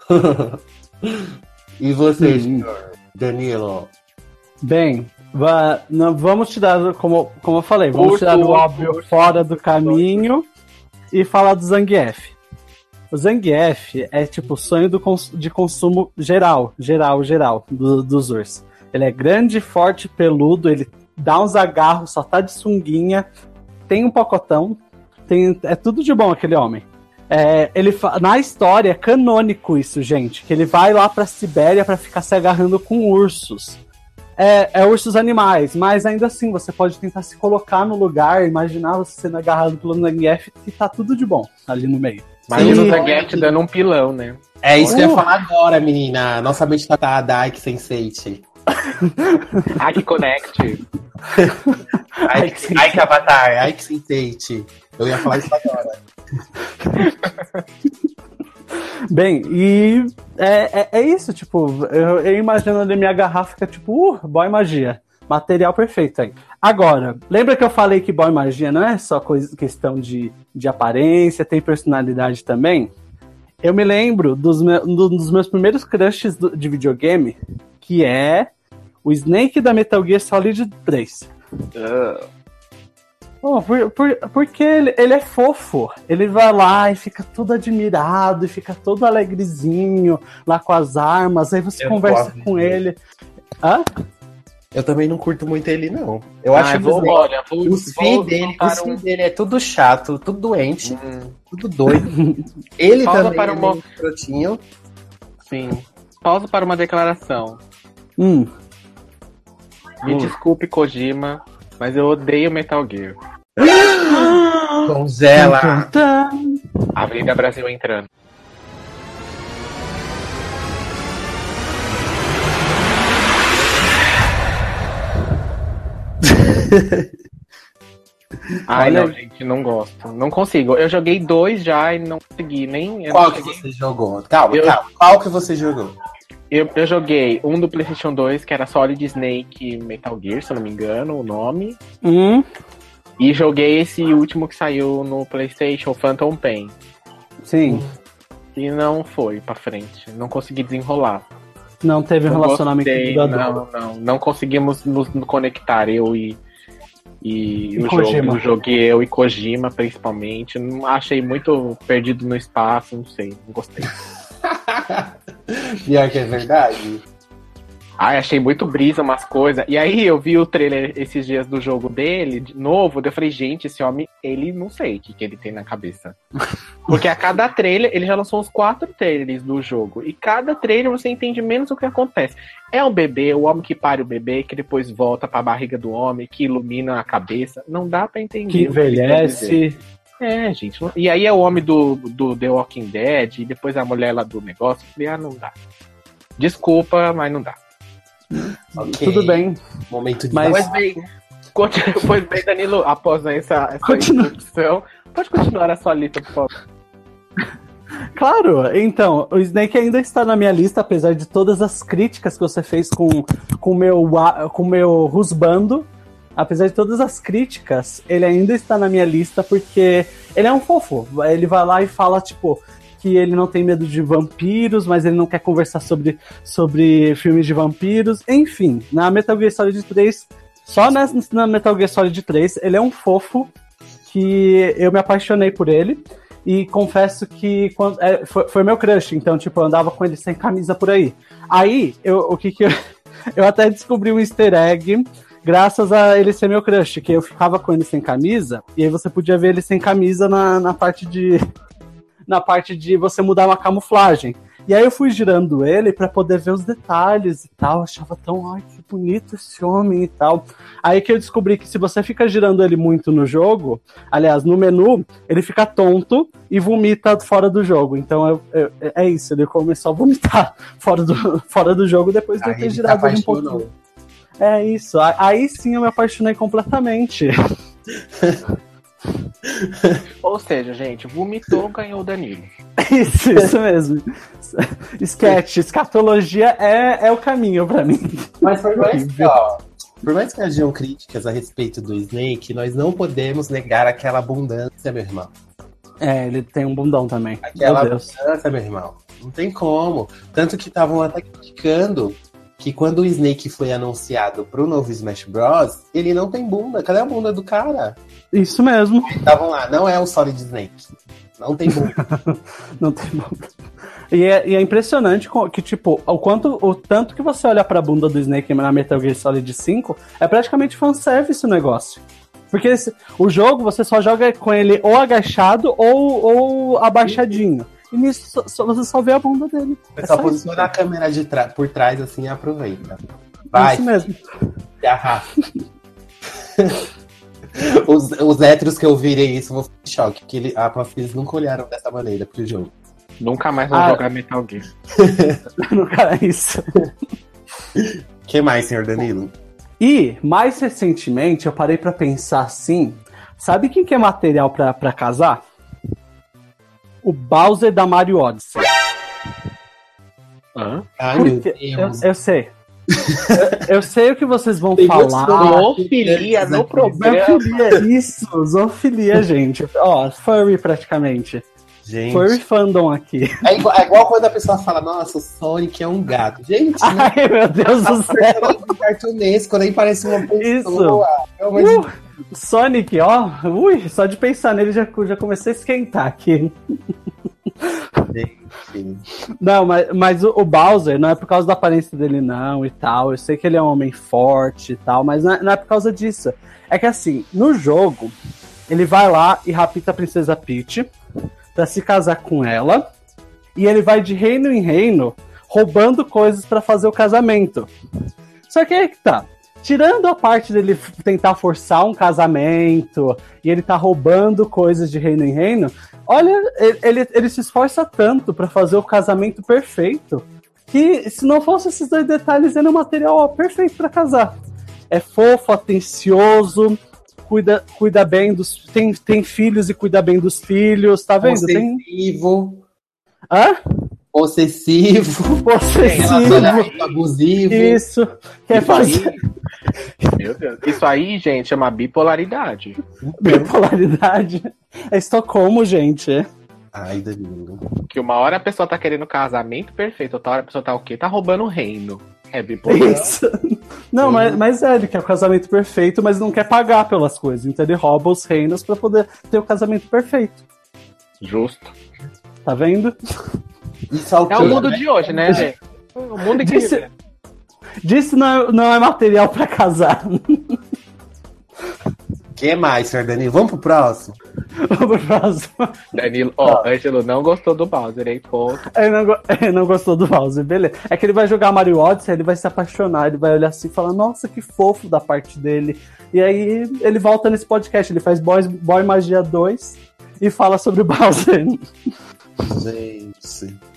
E você,
Sim.
senhor Danilo?
Bem, va- não, vamos tirar, como, como eu falei, vamos
Curto,
tirar o óbvio
curto,
fora do
curto,
caminho e falar do Zangief. O Zangief é tipo o sonho do cons- de consumo geral, geral, geral, do- dos ursos. Ele é grande, forte, peludo, ele dá uns agarros, só tá de sunguinha, tem um pocotão, tem, é tudo de bom aquele homem. É, ele fa- na história é canônico isso, gente, que ele vai lá pra Sibéria pra ficar se agarrando com ursos. É, é ursos animais, mas ainda assim você pode tentar se colocar no lugar, imaginar você sendo agarrado pelo Zangief e tá tudo de bom ali no meio.
Imagina
Sim.
o Zangief dando um pilão, né?
É isso que eu ia
Uh.
falar agora, menina. Nossa mente tá tá da Ike Sensei.
Ike Connect.
Ike, Ike Avatar, Ike Sensei. Eu ia falar isso agora.
Bem, e é, é, é isso, tipo, eu, eu imagino ele me agarrar, fica tipo, uh, boy magia. Material perfeito aí. Agora, lembra que eu falei que boy magia não é só coisa, questão de, de aparência, tem personalidade também? Eu me lembro dos, me, do- dos meus primeiros crushes do- de videogame, que é o Snake da Metal Gear Solid três. Oh, por, por, porque ele, ele é fofo. Ele vai lá e fica todo admirado, e fica todo alegrezinho lá com as armas. Aí você
Eu
conversa
gosto
com
dele.
ele. Hã?
Eu também não curto muito ele, não. Eu
Ah,
acho que
vou,
os,
olha, vou,
os
vou
filhos dele,
soltar
os
um-
filhos dele é tudo chato, tudo doente,
Hum,
tudo doido. Ele
Pausa
também
para
é
uma-
meio escrotinho.
sim. Pausa para uma declaração.
Hum.
Me
Hum.
desculpe, Kojima, mas eu odeio Metal Gear.
Congela.
Avenida Brasil entrando. Ai,
Olha-
não, gente, não gosto. Não consigo. Eu joguei dois já e não consegui nem. eu
Qual
não
que
cheguei-
você jogou? Calma,
Eu-
calma. Qual que você jogou?
Eu, eu joguei um do PlayStation dois, que era Solid Snake Metal Gear, se eu não me engano, o nome.
Hum,
E joguei esse último que saiu no PlayStation, Phantom Pain.
sim.
E não foi pra frente. Não consegui desenrolar.
Não teve um
Não
relacionamento
gostei,
duradouro.
Não, não. Não conseguimos nos conectar, eu e. E,
E
o
Kojima.
jogo, o jogo e eu e Kojima, principalmente. Não achei muito perdido no espaço, não sei, não gostei.
Pior que é verdade.
Ai, achei muito brisa umas coisas. E aí eu vi o trailer esses dias do jogo dele, de novo, daí eu falei, gente, esse homem, ele não sei o que, que ele tem na cabeça. Porque a cada trailer, ele já lançou uns quatro trailers do jogo. E cada trailer você entende menos o que acontece. É um bebê, o homem que pare o bebê, que depois volta pra barriga do homem, que ilumina a cabeça. Não dá pra entender.
Que
o ele quer dizer.
envelhece.
É, gente. não- E aí é o homem do, do The Walking Dead, e depois a mulher lá do negócio. Eu falei, ah, não dá. Desculpa, mas não dá.
Ok.
Tudo bem.
Momento de
Mas-
Pois bem, continu- pois bem, Danilo, após essa, essa
Continua.
introdução, pode continuar a sua lista, por favor.
Claro, então, o Snake ainda está na minha lista, apesar de todas as críticas que você fez com o meu, wa- com meu rusbando. Apesar de todas as críticas, ele ainda está na minha lista porque ele é um fofo. Ele vai lá e fala, tipo, que ele não tem medo de vampiros, mas ele não quer conversar sobre, sobre filmes de vampiros. Enfim, na Metal Gear Solid três, só na, na Metal Gear Solid três, ele é um fofo que eu me apaixonei por ele. E confesso que quando, é, foi, foi meu crush, então, tipo, eu andava com ele sem camisa por aí. Aí, eu, o que que eu... Eu até descobri um easter egg, graças a ele ser meu crush, que eu ficava com ele sem camisa, e aí você podia ver ele sem camisa na, na parte de... Na parte de você mudar uma camuflagem. E aí eu fui girando ele pra poder ver os detalhes e tal. Eu achava tão, ai, que bonito esse homem e tal. Aí que eu descobri que se você fica girando ele muito no jogo, aliás, no menu, ele fica tonto e vomita fora do jogo. Então eu, eu, é isso, ele começou a vomitar fora do, fora do jogo depois de eu
Aí
ter
ele
girado
se
ele um
apaixonou.
pouquinho. É isso, aí- aí sim eu me apaixonei completamente.
Ou seja, gente, vomitou, ganhou o Danilo.
Isso, isso mesmo. Sketch, escatologia é, é o caminho pra mim.
Mas por mais que, ó, por mais que hajam críticas a respeito do Snake, nós não podemos negar aquela abundância, meu irmão.
É, ele tem um bundão também.
Aquela
Meu Deus.
abundância, meu irmão. Não tem como. Tanto que estavam até criticando que quando o Snake foi anunciado pro novo Smash Bros, ele não tem bunda. Cadê a bunda do cara?
Isso mesmo.
Estavam lá, não é o Solid Snake. Não tem bunda.
Não tem bunda. E é, e é impressionante co- que, tipo, o quanto, o tanto que você olha pra bunda do Snake na Metal Gear Solid cinco, é praticamente fanservice o negócio. Porque esse- o jogo você só joga com ele ou agachado ou, ou abaixadinho. E nisso só- só- você só vê a bunda dele.
É
É
só
só
posiciona a
isso.
câmera de tra- por trás assim e aproveita. Vai,
Isso mesmo.
se arrasta. os, os héteros que ouvirem isso vão ficar em choque, porque ele, aposto que eles nunca olharam dessa maneira pro jogo.
Nunca mais vou
Ah.
jogar Metal Gear.
No cara, é isso.
O que mais, senhor Danilo?
E, mais recentemente, eu parei pra pensar assim, sabe quem que é material pra, pra casar? O Bowser da Mario Odyssey.
Hã?
Ai, meu
Porque eu,
Deus.
eu sei. eu, eu sei o que vocês vão
Tem muitos
falar.
Zoofilia no programa.
Zoofilia, isso, zoofilia, gente. Ó, furry praticamente.
Gente,
Furry fandom aqui.
é igual, é igual quando a pessoa fala, nossa, o Sonic é um gato. Gente, não
Ai, meu Deus do céu.
é cartunesco, nem parece uma pessoa. Pelo amor de
Uh, Sonic, ó. Ui, só de pensar nele já, já comecei a esquentar aqui.
Deus.
Não, mas, mas o, o Bowser não é por causa da aparência dele, não, e tal. Eu sei que ele é um homem forte e tal, mas não é, não é por causa disso. É que assim, no jogo, ele vai lá e rapta a Princesa Peach pra se casar com ela. E ele vai de reino em reino roubando coisas pra fazer o casamento. Só que aí que tá. Tirando a parte dele f- tentar forçar um casamento e ele tá roubando coisas de reino em reino, olha, ele, ele, ele se esforça tanto pra fazer o casamento perfeito que se não fosse esses dois detalhes, ele é um material ó, perfeito pra casar. É fofo, atencioso, cuida, cuida bem dos. Tem, tem filhos e cuida bem dos filhos, tá vendo? Tem...
Possessivo.
Hã?
Possessivo.
Possessivo.
Abusivo.
Isso. Quer
Isso
fazer.
aí, meu Deus. Isso aí, gente, chama bipolaridade.
Bipolaridade. É Estocolmo, gente.
Ai, Danilo.
Que uma hora a pessoa tá querendo casamento perfeito, outra hora a pessoa tá o quê? Tá roubando o reino. É bipolar.
Isso. Não, mas, mas é, ele quer o casamento perfeito, mas não quer pagar pelas coisas. Então ele rouba os reinos pra poder ter o casamento perfeito.
Justo.
Tá vendo?
Isso é,
É o mundo de hoje, né, gente? O mundo que
Disse, disse não, é, não é material pra casar.
que mais, senhor Danilo? Vamos pro próximo?
Vamos pro próximo.
Danilo, ó, oh, Ângelo não gostou do Bowser, hein? Ponto.
Ele não, go- ele não gostou do Bowser, beleza. É que ele vai jogar Mario Odyssey, ele vai se apaixonar, ele vai olhar assim e falar, nossa, que fofo da parte dele. E aí ele volta nesse podcast, ele faz Boy, Boy Magia dois e fala sobre o Bowser.
Gente.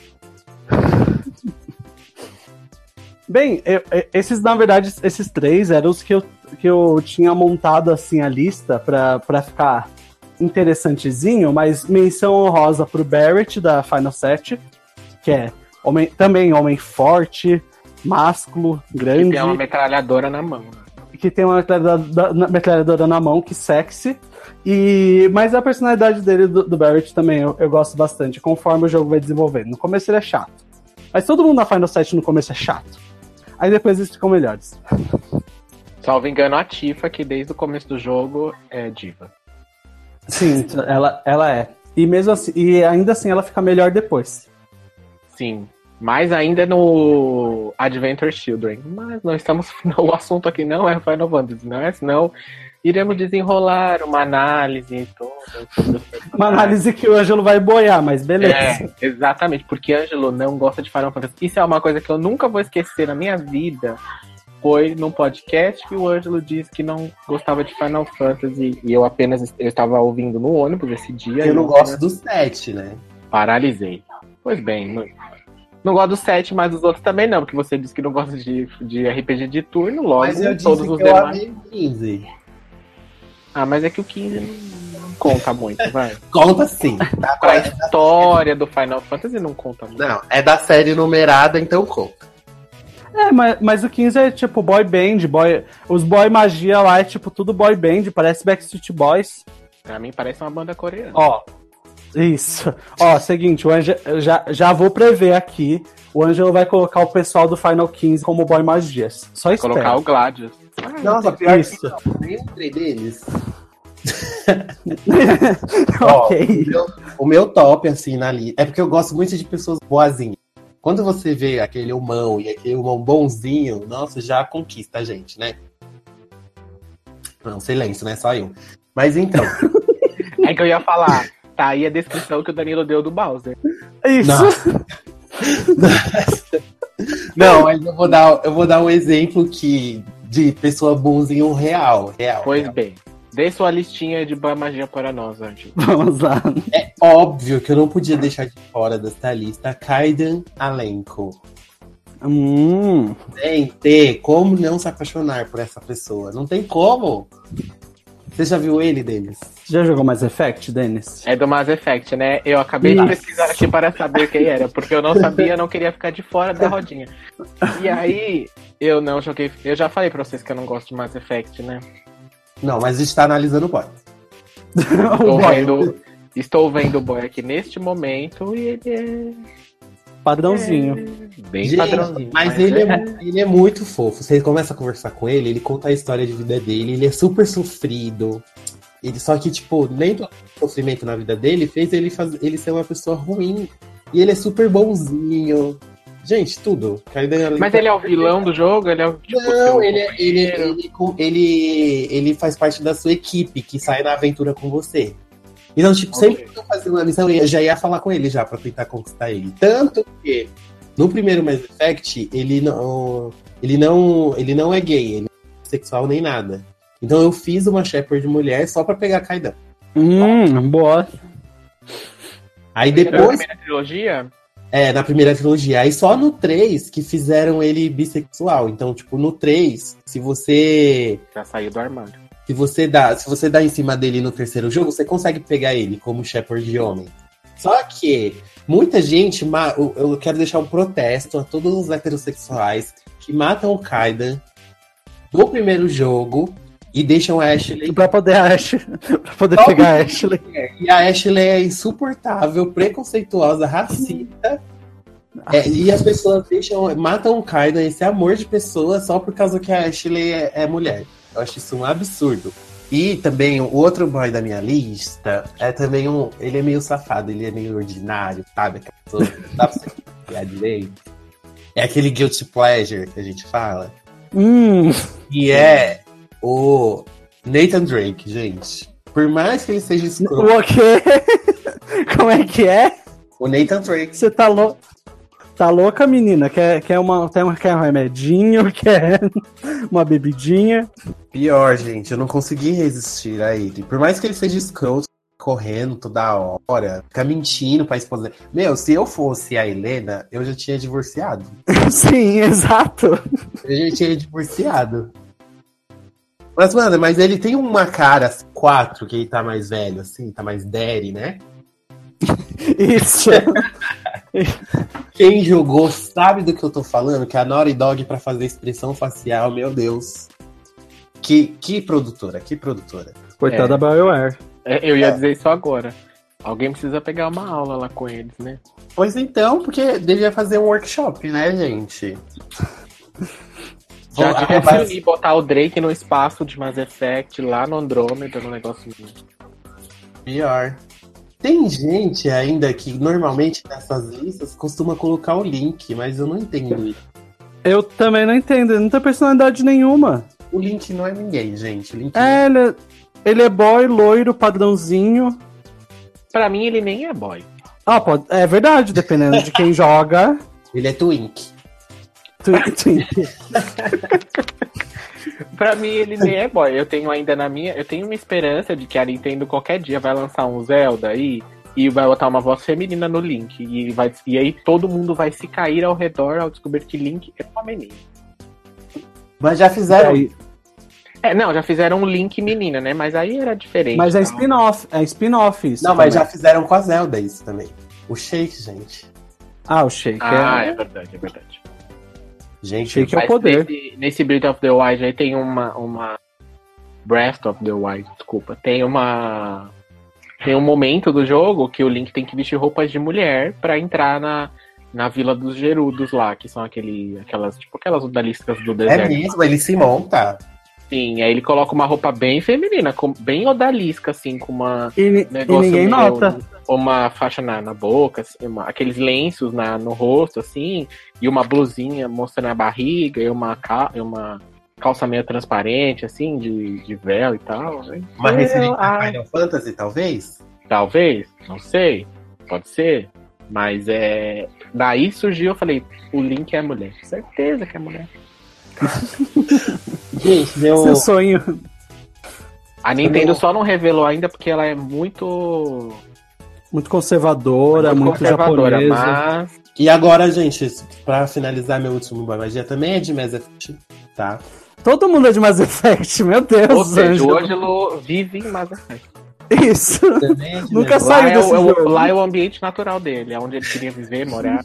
Bem, eu- eu- esses, na verdade, esses três eram os que eu, que eu tinha montado assim a lista pra, pra ficar interessantezinho, mas menção honrosa pro Barrett da Final Set, que é homem, também homem forte, másculo,
Que
grande,
tem uma metralhadora na mão. Né?
que tem uma metralhadora, metralhadora na mão, que sexy. E, mas a personalidade dele, do, do Barrett, também eu, eu gosto bastante, conforme o jogo vai desenvolvendo. No começo ele é chato. Mas todo mundo na Final Set no começo é chato. Aí depois eles ficam melhores.
Salvo engano, a Tifa, que desde o começo do jogo é diva.
Sim, ela, ela é. E mesmo assim, e ainda assim ela fica melhor depois.
Sim. Mais ainda no Adventure Children. Mas não estamos. O assunto aqui não é Final Fantasy, não é? Senão iremos desenrolar uma análise toda. Sobre os
Uma análise que o Ângelo vai boiar, mas beleza.
É, exatamente, porque Ângelo não gosta de Final Fantasy. Isso é uma coisa que eu nunca vou esquecer na minha vida. Foi num podcast que o Ângelo disse que não gostava de Final Fantasy e eu apenas eu estava ouvindo no ônibus esse dia.
Eu
e
não gosto do sete, né?
Paralisei. Pois bem, não, não gosto do sete, mas dos outros também não, porque você disse que não gosta de, de R P G de turno, logo
Mas eu disse
todos
que
os
eu
demais.
amei o quinze.
Ah, mas é que o quinze não, não conta muito, vai.
Conta sim. Tá?
Pra história do Final Fantasy não conta muito.
Não, é da série numerada, então conta.
É, mas, mas o quinze é tipo boy band, boy, os boy magia lá é tipo tudo boy band, parece Backstreet Boys.
Pra mim parece uma banda coreana.
Ó, isso. Ó, seguinte, o Ange, eu já, já vou prever aqui, o Ângelo vai colocar o pessoal do Final quinze como boy magia. Só espera.
Colocar o Gladius. Ah,
Nossa, pior
Isso.
que não. Nem lembrei deles. Ó,
Ok.
o, meu, o meu top, assim, na lista. É porque eu gosto muito de pessoas boazinhas. Quando você vê aquele humão e aquele humão bonzinho, nossa, já conquista a gente, né? Não, silêncio, né? Só eu. Mas então.
É que eu ia falar. Tá aí a descrição que o Danilo deu do Bowser.
Isso.
Não, mas eu vou dar, eu vou dar um exemplo que, de pessoa bonzinho real. real
Pois
real.
bem. Dê sua listinha de boa magia para nós, Ângelo.
Vamos lá.
É óbvio que eu não podia deixar de fora dessa lista Kaiden Alenko.
Hum.
Gente, como não se apaixonar por essa pessoa? Não tem como. Você já viu ele, Denis?
Já jogou Mass Effect, Dennis?
É do Mass Effect, né? Eu acabei
Isso.
de pesquisar aqui para saber quem era, porque eu não sabia, não queria ficar de fora da rodinha. E aí, eu não joguei. Eu já falei pra vocês que eu não gosto de Mass Effect, né?
Não, mas a gente tá analisando o boy.
Estou
O boy,
vendo, estou vendo o boy aqui neste momento e ele é.
padrãozinho.
é bem
Gente,
padrãozinho.
mas ele é, ele é muito fofo. Você começa a conversar com ele, ele conta a história de vida dele, ele é super sofrido. Ele, só que, tipo, nem todo sofrimento na vida dele fez ele, faz, ele ser uma pessoa ruim. E ele é super bonzinho. Gente, tudo.
Mas ele é o vilão do jogo? Ele é o tipo,
Não,
seu
ele, é- ele,
companheiro?
ele, ele, ele faz parte da sua equipe que sai na aventura com você. Então, tipo,
Ok.
sempre que eu fazia uma missão, eu já ia falar com ele já pra tentar conquistar ele. Tanto que no primeiro Mass Effect, ele não, ele não, ele não é gay, ele não é sexual nem nada. Então eu fiz uma Shepard mulher só pra pegar Kaidan.
Hum, boa.
Aí
Na
depois,
primeira trilogia?
é, na primeira trilogia, aí só no três que fizeram ele bissexual. Então, tipo, no três, se você
Já saiu do armário.
Se você dá, se você dá em cima dele no terceiro jogo, você consegue pegar ele como Shepard de homem. Só que muita gente, eu quero deixar um protesto a todos os heterossexuais que matam o Kaidan no primeiro jogo e deixam a Ashley...
Pra poder, a Ashley, pra poder pegar a Ashley.
E a Ashley é insuportável, preconceituosa, racista. É, e as pessoas deixam, matam o Kaidan, esse amor de pessoa, só por causa que a Ashley é, é mulher. Eu acho isso um absurdo. E também o outro boy da minha lista é também um... Ele é meio safado, ele é meio ordinário, sabe? Aquela pessoa que não dá pra você pegar direito. É aquele guilty pleasure que a gente fala.
Hum.
E é o Nathan Drake, gente. Por mais que ele seja escroto...
O quê? Como é que é?
O Nathan Drake.
Você tá louco? Tá louca, menina? Quer, quer, uma, quer um remedinho? Quer uma bebidinha?
Pior, gente. Eu não consegui resistir a ele. Por mais que ele seja escroto, correndo toda hora, fica mentindo pra esposa. Meu, se eu fosse a Helena, eu já tinha divorciado.
Sim, exato.
Eu já tinha divorciado. Mas, mano, mas ele tem uma cara quatro, que ele tá mais velho, assim, tá mais daddy, né?
Isso.
Quem jogou sabe do que eu tô falando, que a Naughty Dog pra fazer expressão facial, meu Deus. Que, que produtora, que produtora.
Coitada
É.
da BioWare.
É, eu ia
É.
dizer isso agora. Alguém precisa pegar uma aula lá com eles, né?
Pois então, porque devia fazer um workshop, né, gente?
Já
Vou-
devia
ah,
se
mas-
unir, botar o Drake no espaço de Mass Effect, lá no Andrômeda, no negócio.
Pior. Tem gente ainda que normalmente nessas listas costuma colocar o link, mas eu não entendo isso.
Eu também não entendo, ele não tem personalidade nenhuma.
O link não é ninguém, gente. O link
É, ele é, ele é boy, loiro, padrãozinho.
Pra mim, ele nem é boy.
Ah, pode, é verdade, dependendo de quem joga.
ele é twink.
Tu- tu-
Pra mim, ele nem é boy. Eu tenho ainda na minha. Eu tenho uma esperança de que a Nintendo qualquer dia vai lançar um Zelda aí e vai botar uma voz feminina no Link. E, vai, e aí todo mundo vai se cair ao redor ao descobrir que Link é uma menina.
Mas já fizeram.
Aí-
É, não, já fizeram um Link menina, né? Mas aí era diferente.
Mas é
tal.
spin-off, é spin-off isso.
Não, mas já
também.
fizeram com a Zelda isso também. O Shake, gente.
Ah, o Shake
Ah,
é...
é verdade, é verdade.
Gente,
Shake é o
Mas
poder.
Nesse, nesse Breath of the Wild aí tem uma, uma. Breath of the Wild, desculpa. Tem uma. Tem um momento do jogo que o Link tem que vestir roupas de mulher pra entrar na, na Vila dos Gerudos lá, que são aquele, aquelas, tipo, aquelas odaliscas do
é
deserto.
mesmo, ele se monta.
Sim, aí ele coloca uma roupa bem feminina, com, bem odalisca, assim, com uma.
E, ni- e
negócio
ninguém
meio-
nota.
Uma faixa na, na boca, assim, uma- aqueles lenços na, no rosto, assim, e uma blusinha mostrando a barriga, e uma, ca, e uma calça meio transparente, assim, de, de véu e tal. Né?
Uma
Eu-
referência
ah,
a Final Fantasy, talvez?
Talvez, não sei, pode ser, mas é. Daí surgiu, eu falei, o Link é mulher. Certeza que é mulher.
Gente, deu.
Seu sonho.
A Nintendo
Eu-
só não revelou ainda porque ela é muito,
Muito conservadora, muito,
conservadora,
japonesa.
mas
E agora, gente, pra finalizar meu último Boy Magia, também é de Mass Effect, tá?
Todo mundo é de Mass Effect, meu Deus.
ou seja, o
Ângelo.
Ângelo vive em Mass Effect.
Isso.
Também é de
Nunca
Mass
Lá
saiu
é,
desse
o, é o-
jogo.
lá é o ambiente natural dele, é onde ele queria viver, morar.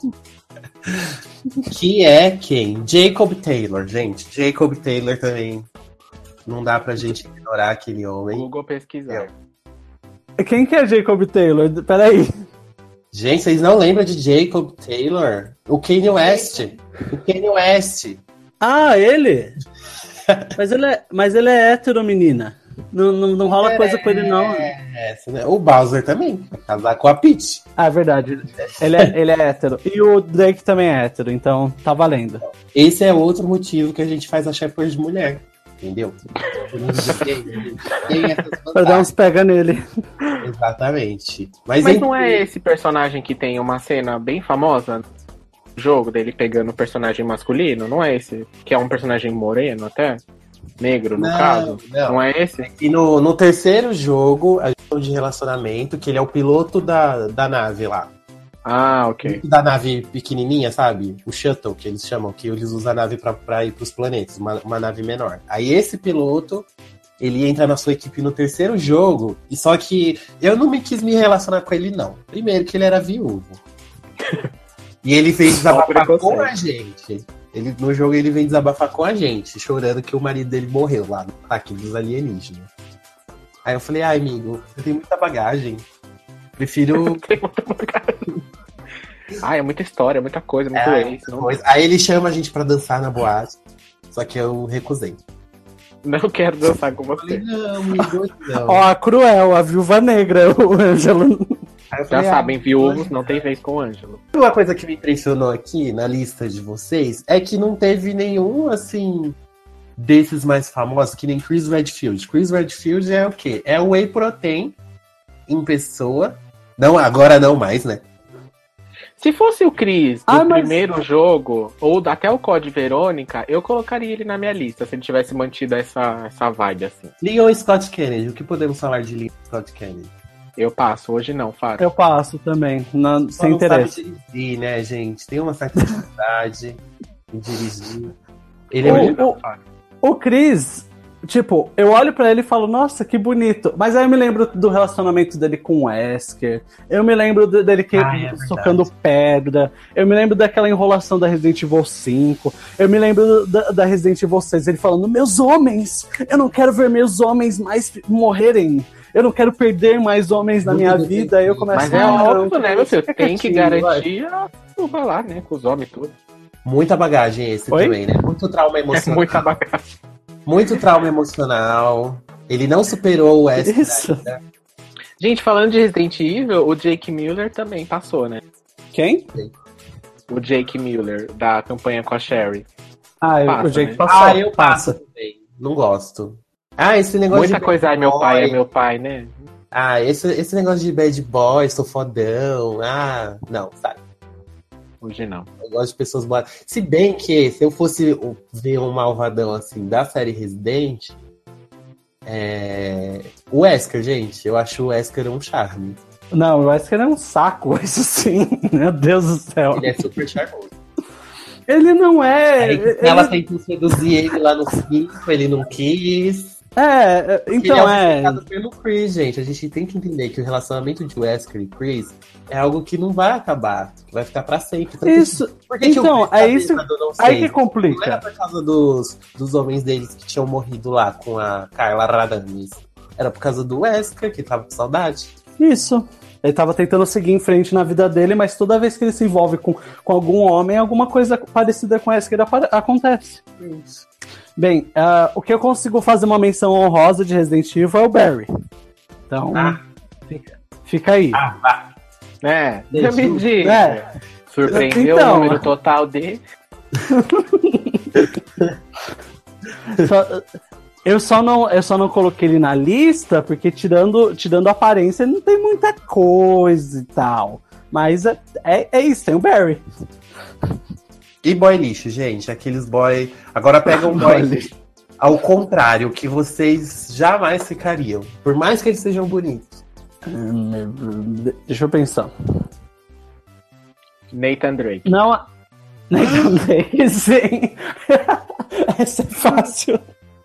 Que é quem? Jacob Taylor, gente. Jacob Taylor também. Não dá pra gente ignorar aquele homem.
Google pesquisar.
Quem que é Jacob Taylor? Peraí.
Gente, vocês não lembram de Jacob Taylor? O Kanye West. O Kanye West.
Ah, ele? mas, ele é, mas ele é hétero, menina. Não, não, não rola coisa com ele, não.
É, essa, né? O Bowser também. Vai casar com a Peach.
Ah, é verdade. Ele é, ele é hétero. E o Drake também é hétero, então tá valendo.
Esse é outro motivo que a gente faz a Shepard de mulher. Entendeu? Tem essas
Pra dar
vantagens.
uns pega nele.
Exatamente. Mas,
Mas
entre-
não é esse personagem que tem uma cena bem famosa no jogo dele pegando o personagem masculino? Não é esse? Que é um personagem moreno até? Negro, no
Não,
caso?
não.
Não é esse?
E no, no terceiro jogo, a gente de relacionamento, que ele é o piloto da, da nave lá.
Ah, ok.
Da nave pequenininha, sabe? O shuttle, que eles chamam, que eles usam a nave pra, pra ir pros planetas, uma, uma nave menor. Aí esse piloto, ele entra na sua equipe no terceiro jogo, e só que eu não me quis me relacionar com ele, não. Primeiro que ele era viúvo. E ele veio desabafar com a gente. Ele, no jogo ele vem desabafar com a gente, chorando que o marido dele morreu lá no ataque dos alienígenas. Aí eu falei, ai, amigo, eu tenho muita bagagem. Prefiro...
Tem muita bagagem. Ah, é muita história, muita coisa, muito
é,
ex. Não...
coisa. Aí ele chama a gente pra dançar na boate, só que eu recusei.
Não quero dançar com
Eu
você.
falei, não, amigo, não.
Ó, a Cruel, a Viúva Negra, o Ângelo.
Aí eu
Já
falei,
sabem,
ah,
viúvos não tem vez com o Ângelo.
uma coisa que me impressionou aqui na lista de vocês é que não teve nenhum, assim, desses mais famosos, que nem Chris Redfield. Chris Redfield é o quê? É o Whey Protein em pessoa. Não, agora não mais, né?
Se fosse o Chris do
Ah, mas-
primeiro jogo, ou até o Code Verônica, eu colocaria ele na minha lista, se ele tivesse mantido essa, essa vibe assim.
Leon Scott Kennedy. O que podemos falar de Leon Scott Kennedy?
Eu passo, hoje não, Faro.
Eu passo também, não,
Só
sem
não
interesse.
sabe dirigir, né, gente? Tem uma certa dificuldade em dirigir. Ele é
O-
muito...
o- O Chris, tipo, eu olho pra ele e falo, nossa, que bonito. Mas aí eu me lembro do relacionamento dele com o Wesker. Eu me lembro de- dele que,
Ah, é verdade.
socando pedra. Eu me lembro daquela enrolação da Resident Evil cinco. Eu me lembro da, da Resident Evil seis, ele falando, meus homens! Eu não quero ver meus homens mais morrerem. Eu não quero perder mais homens na minha
Muito
vida. Aí eu começo
Mas é
"Ah, não,
óbvio, né, meu filho?
fica
Tem que
quietinho, vai."
garantir a turma lá, né? Com os homens e tudo.
Muita bagagem esse
Oi?
também, né? Muito trauma
É
emocional.
muita bagagem.
Muito trauma emocional. Ele não superou o Wesker
Isso.
ainda.
Gente, falando de Resident Evil, o Jake Miller também passou, né?
Quem?
O Jake Miller, da campanha com a Sherry.
Ah, eu-
Passa,
o Jake
né?
passou.
Ah, eu passo também. Não gosto. Ah, esse negócio
Muita
de
coisa,
bad
ai, meu
boy.
pai é meu pai, né?
Ah, esse, esse negócio de bad boy, sou fodão. Ah, não, sabe?
Hoje não.
Eu gosto de pessoas boas. Se bem que, se eu fosse ver um malvadão assim da série Resident, é... o Wesker, gente, eu acho o Wesker um charme.
Não, o Wesker é um saco, isso sim. Meu Deus do céu.
Ele é super charmoso.
Ele não é.
Aí,
ele-
ela tentou seduzir ele lá no cinco, ele não quis.
É, então
ele
é.
é obcecado pelo Chris, gente. A gente tem que entender que o relacionamento de Wesker e Chris é algo que não vai acabar, que vai ficar pra sempre. Tanto
Isso.
que- por que que o
Então,
Chris tá
é isso.
bêbado? Eu não sei.
Aí que
Não era
complica.
por causa dos, dos homens deles que tinham morrido lá com a Carla Radames. Era por causa do Wesker, que tava com saudade.
Isso. Ele tava tentando seguir em frente na vida dele, mas toda vez que ele se envolve com, com algum homem, alguma coisa parecida com essa que apa- acontece. Bem, ah, o que eu consigo fazer uma menção honrosa de Resident Evil é o Barry. Então,
Ah.
fica, fica aí.
Ah, vá.
É,
Deixa
já me
eu-
diz.
É.
Surpreendeu
Então.
o número total de.
Só- eu, só não, eu só não coloquei ele na lista, porque tirando, tirando a aparência, não tem muita coisa e tal. Mas é, é, é isso, tem o Barry.
E boy lixo, gente. Aqueles boy. Agora pega um boy
lixo.
ao contrário, que vocês jamais ficariam. Por mais que eles sejam bonitos.
Hum, Deixa eu pensar.
Nathan Drake.
Não, Nathan Drake, sim. Essa é fácil.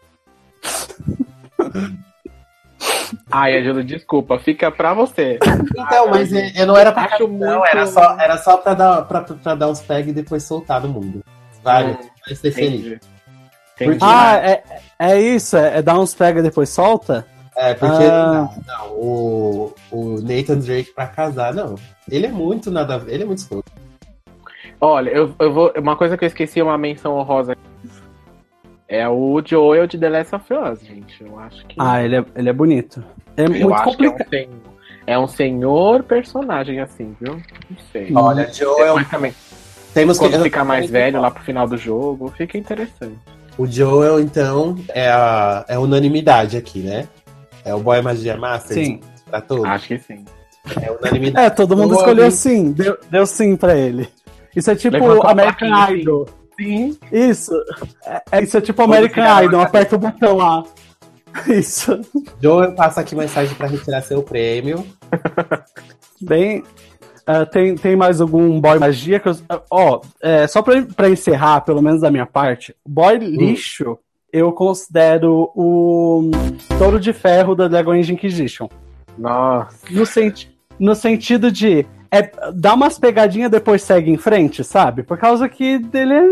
Ai, Angelo, desculpa, fica pra você.
Então, mas eu eu não era pra
Acho
não,
muito-
era só, era só pra, dar, pra, pra dar uns peg e depois soltar no mundo. Vai,
Hum,
vai ser feliz.
Entendi. Entendi.
Ah, é, é isso? É, é dar uns pega e depois solta?
É, porque
Ah.
não, não, o, o Nathan Drake pra casar, não. Ele é muito nada a ver, ele é muito escroto.
Olha, eu, eu vou. Uma coisa que eu esqueci, uma menção honrosa. É o Joel de The Last of Us, gente. Eu acho que.
Ah, ele é, ele é bonito. É
eu
muito
acho
complicado.
que é um, senhor, é um senhor personagem, assim, viu? Não sei.
Olha, Joel,
Depois também,
temos que
quando ficar mais velho lá pro final do jogo, fica interessante.
O Joel, então, é a é a unanimidade aqui, né? É o boy magia master
Sim.
pra todos.
Acho que sim.
É unanimidade.
É, todo mundo
Eu
escolheu
ouvi-
sim. Deu, deu sim pra ele. Isso é tipo
Levantou a
American
plaquinha, sim.
Idol.
Sim.
Isso. É, é- isso é tipo American
tirar
Idol.
a-
Aperta o botão lá. Isso.
Joel passa aqui mensagem pra retirar seu prêmio.
Bem, ah, tem, tem mais algum boy magia que eu. Ó, é, só pra, pra encerrar, pelo menos da minha parte, boy lixo eu considero o Touro de Ferro da Dragon Age Inquisition.
Nossa.
No, senti- no sentido de é, dá umas pegadinhas, depois segue em frente, sabe? Por causa que dele é...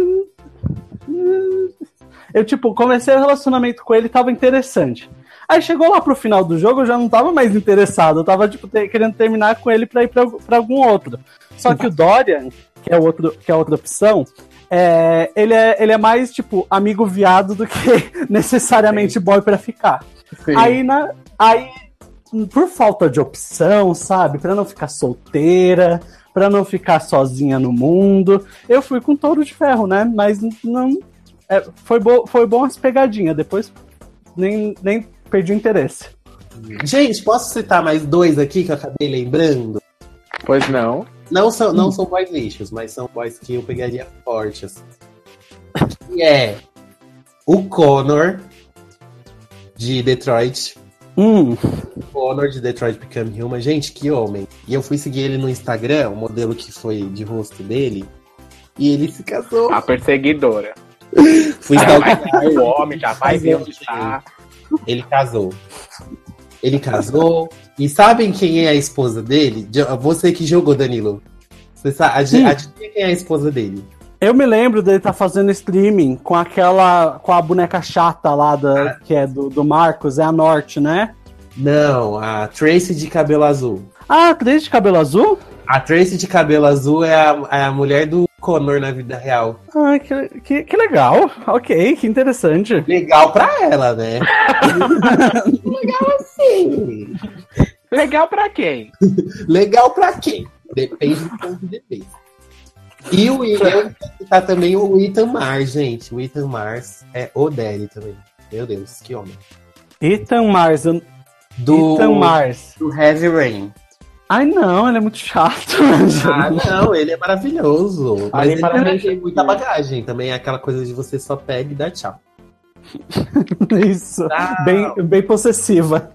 Eu, tipo, comecei o relacionamento com ele e tava interessante. Aí chegou lá pro final do jogo, eu já não tava mais interessado. Eu tava, tipo, te- querendo terminar com ele pra ir pra, pra algum outro. Só que o Dorian, que é, outro, que é outra opção, é, ele, é, ele é mais, tipo, amigo viado do que necessariamente boy pra ficar.
Sim.
Aí, na, aí, por falta de opção, sabe? Pra não ficar solteira, pra não ficar sozinha no mundo, eu fui com Touro de Ferro, né? Mas não... É, foi, bo- foi bom as pegadinhas, depois nem, nem perdi o interesse.
Gente, posso citar mais dois aqui que eu acabei lembrando?
Pois não.
Não são, não são boys lixos, mas são boys que eu pegaria forte, assim. Que é o Connor, de Detroit.
Hum,
Connor, de Detroit Become Human. Gente, que homem. E eu fui seguir ele no Instagram, o modelo que foi de rosto dele. E ele se casou.
A perseguidora.
Fui
Já vai
stalkear.
ver o homem, já vai ver onde
Casou,
tá.
Ele casou. Ele casou. E sabem quem é a esposa dele? De- Você que jogou, Danilo. Você sabe, adi-
Hum.
adivinha quem é a esposa dele?
eu me lembro dele estar fazendo streaming com aquela. Com a boneca chata lá, da, que é do, do Marcos, é a Norte, né?
Não, a Tracy de cabelo azul.
Ah, atriz de cabelo azul?
A Tracy de cabelo azul é a, é a mulher do Connor na vida real.
Ah, que, que, que legal. Ok, que interessante.
Legal pra ela, né? Legal assim.
Legal pra quem?
Legal pra quem? Depende do ponto de vista. E o William tá também o Ethan Mars, gente. O Ethan Mars é o Danny também. Meu Deus, que homem.
Ethan Mars. eu-
Do,
Ethan Mars.
do Heavy Rain.
Ai, não, ele é muito chato.
Ah, não, ele é maravilhoso. Mas
Ali
ele
para
também
mim-
tem muita bagagem. Também é aquela coisa de você só pega e dá tchau.
Isso.
Não.
Bem, bem possessiva.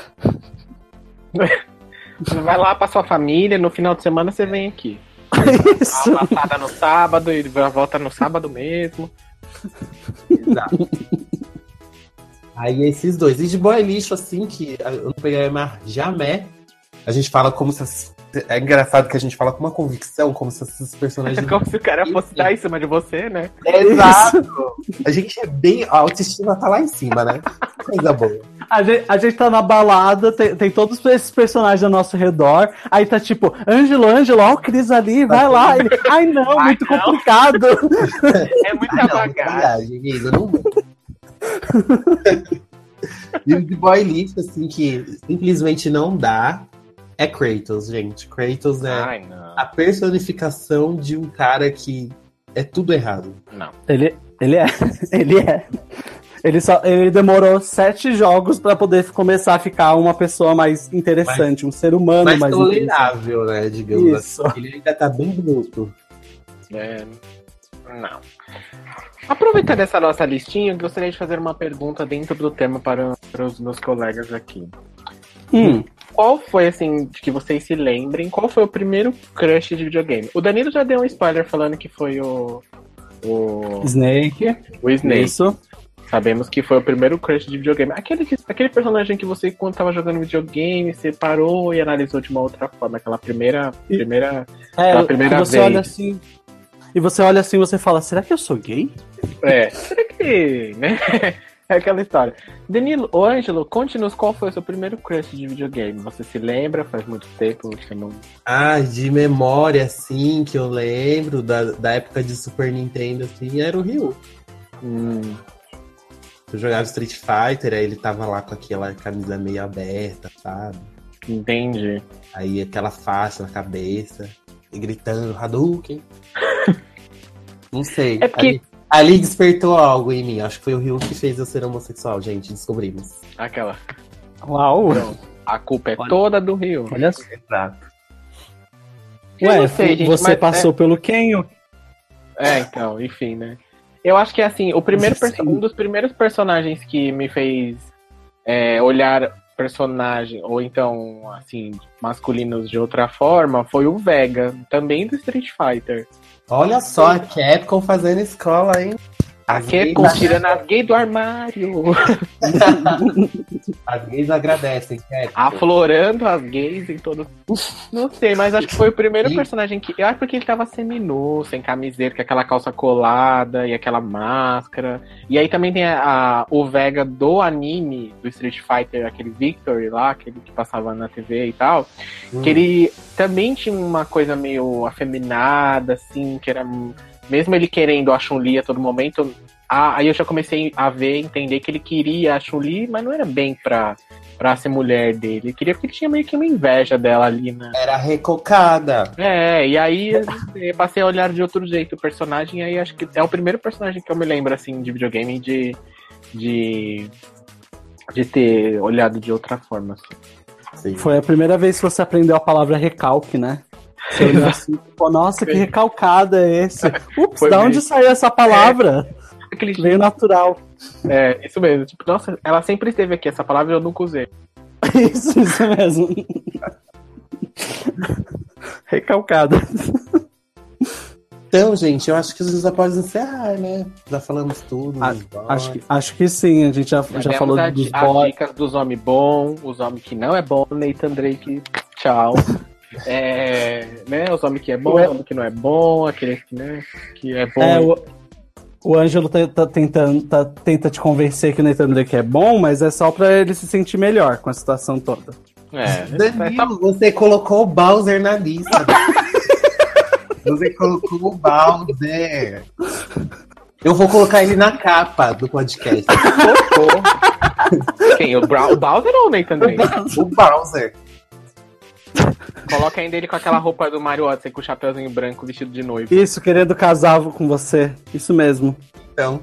Você vai lá pra sua família, no final de semana você vem aqui.
Isso.
Dá uma passada no sábado e volta no sábado mesmo.
Exato. Aí esses dois. E de boy lixo, assim, que eu não pegaria mais jamais. A gente fala como se... as- É engraçado que a gente fala com uma convicção, como se esses personagens...
Como se o cara fosse dar em cima de você, né?
Exato! A gente é bem... A autoestima tá lá em cima, né? Coisa boa.
A gente, a gente tá na balada, tem, tem todos esses personagens ao nosso redor. Aí tá tipo, Ângelo, Ângelo, ó o Cris ali, vai lá. Ele, ai não,
Ai,
muito
não.
complicado.
É muita
Ah, não,
bagagem.
bagagem, amigo, não vou. E o de boy lixo, assim, que simplesmente não dá, é Kratos, gente. Kratos é
Ai, não.
a personificação de um cara que é tudo errado.
Não.
Ele, ele é, ele é. Ele, só, ele demorou sete jogos pra poder começar a ficar uma pessoa mais interessante, um ser humano
Mas
mais interessante.
tolerável, né, digamos
Isso.
assim. Ele ainda tá bem bruto.
É, não. Aproveitando essa nossa listinha, eu gostaria de fazer uma pergunta dentro do tema para, para os meus colegas aqui.
Hum,
Qual foi, assim, de que vocês se lembrem, qual foi o primeiro crush de videogame? O Danilo já deu um spoiler falando que foi o. O,
Snake.
o Snake.
Isso.
Sabemos que foi o primeiro crush de videogame. Aquele, que- aquele personagem que você, quando tava jogando videogame, você parou e analisou de uma outra forma. Aquela primeira.
E-
primeira
É,
Pela primeira
e você
vez.
olha assim. E você olha assim e você fala, será que eu sou gay?
é. Será que. Né? É aquela história. Danilo, ô Ângelo, conte-nos qual foi o seu primeiro crush de videogame. Você se lembra? Faz muito tempo você não.
Ah, de memória, assim, que eu lembro da, da época de Super Nintendo, assim, era o Ryu.
Hum,
Eu jogava Street Fighter, aí ele tava lá com aquela camisa meio aberta, sabe?
entendi.
Aí aquela faixa na cabeça, e gritando, Hadouken. Não sei.
É porque-
Ali, ali despertou algo em mim. Acho que foi o Ryu que fez eu ser homossexual, gente. Descobrimos.
Aquela.
Uau!
A culpa é
Olha.
toda do Rio.
Olha só.
Exato.
Eu
Ué,
não sei, gente,
você
mas
passou pelo Kenyo?
É, então, enfim, né? Eu acho que assim, o primeiro perso-
Sim.
um dos primeiros personagens que me fez é, olhar personagem, ou então, assim, masculinos de outra forma, foi o Vega, também do Street Fighter.
Olha só a Capcom fazendo escola, hein? As
Aqui é
gays,
com tirando as gays do armário.
as gays agradecem, Cat.
Aflorando as gays em todo. Não sei, mas acho que foi o primeiro personagem que. Eu acho porque ele tava seminu, sem camiseta, com aquela calça colada e aquela máscara. E aí também tem a, a- o Vega do anime do Street Fighter, aquele Victory lá, aquele que passava na T V e tal.
Hum.
Que ele também tinha uma coisa meio afeminada, assim, que era. Mesmo ele querendo a Chun-Li a todo momento, a- aí eu já comecei a ver, entender que ele queria a Chun-Li, mas não era bem pra, pra ser mulher dele. Ele queria porque ele tinha meio que uma inveja dela ali, né?
Era recocada.
É, e aí eu passei a olhar de outro jeito o personagem, e aí acho que é o primeiro personagem que eu me lembro, assim, de videogame de, de, de ter olhado de outra forma, assim.
Sim.
Foi a primeira vez que você aprendeu a palavra recalque, né? Você olhou assim, tipo, nossa, que recalcada é esse? Ups,
Foi
da
mesmo.
onde saiu essa palavra?
Aquele
Veio natural.
É, isso mesmo. Tipo, nossa, ela sempre esteve aqui, essa palavra eu nunca usei.
Isso, isso mesmo. Recalcada.
Então, gente, eu acho que a gente já pode encerrar, né? Já falamos tudo.
A-
dos boys.
Acho que, acho que sim, a gente já, já
Demos
falou
a-
dos
as
boys.
dicas dos homens bons, os homens que não é bom, Nathan Drake, tchau. É, né, os homens que é bom, os homens que não é bom, aqueles que, né, que é bom.
É, o, o Ângelo tá, tá tentando, tá, tenta te convencer que o Nathan Drake é bom, mas é só pra ele se sentir melhor com a situação toda.
É,
Danilo, você colocou o Bowser na lista. Você colocou o Bowser. Eu vou colocar ele na capa do podcast.
colocou. Quem? O, Bra- o Bowser ou o Nathan Drake?
O Bowser.
Coloca ainda ele com aquela roupa do Mario Odyssey, com o chapeuzinho branco, vestido de noivo.
Isso, querendo casar com você. Isso mesmo.
Então.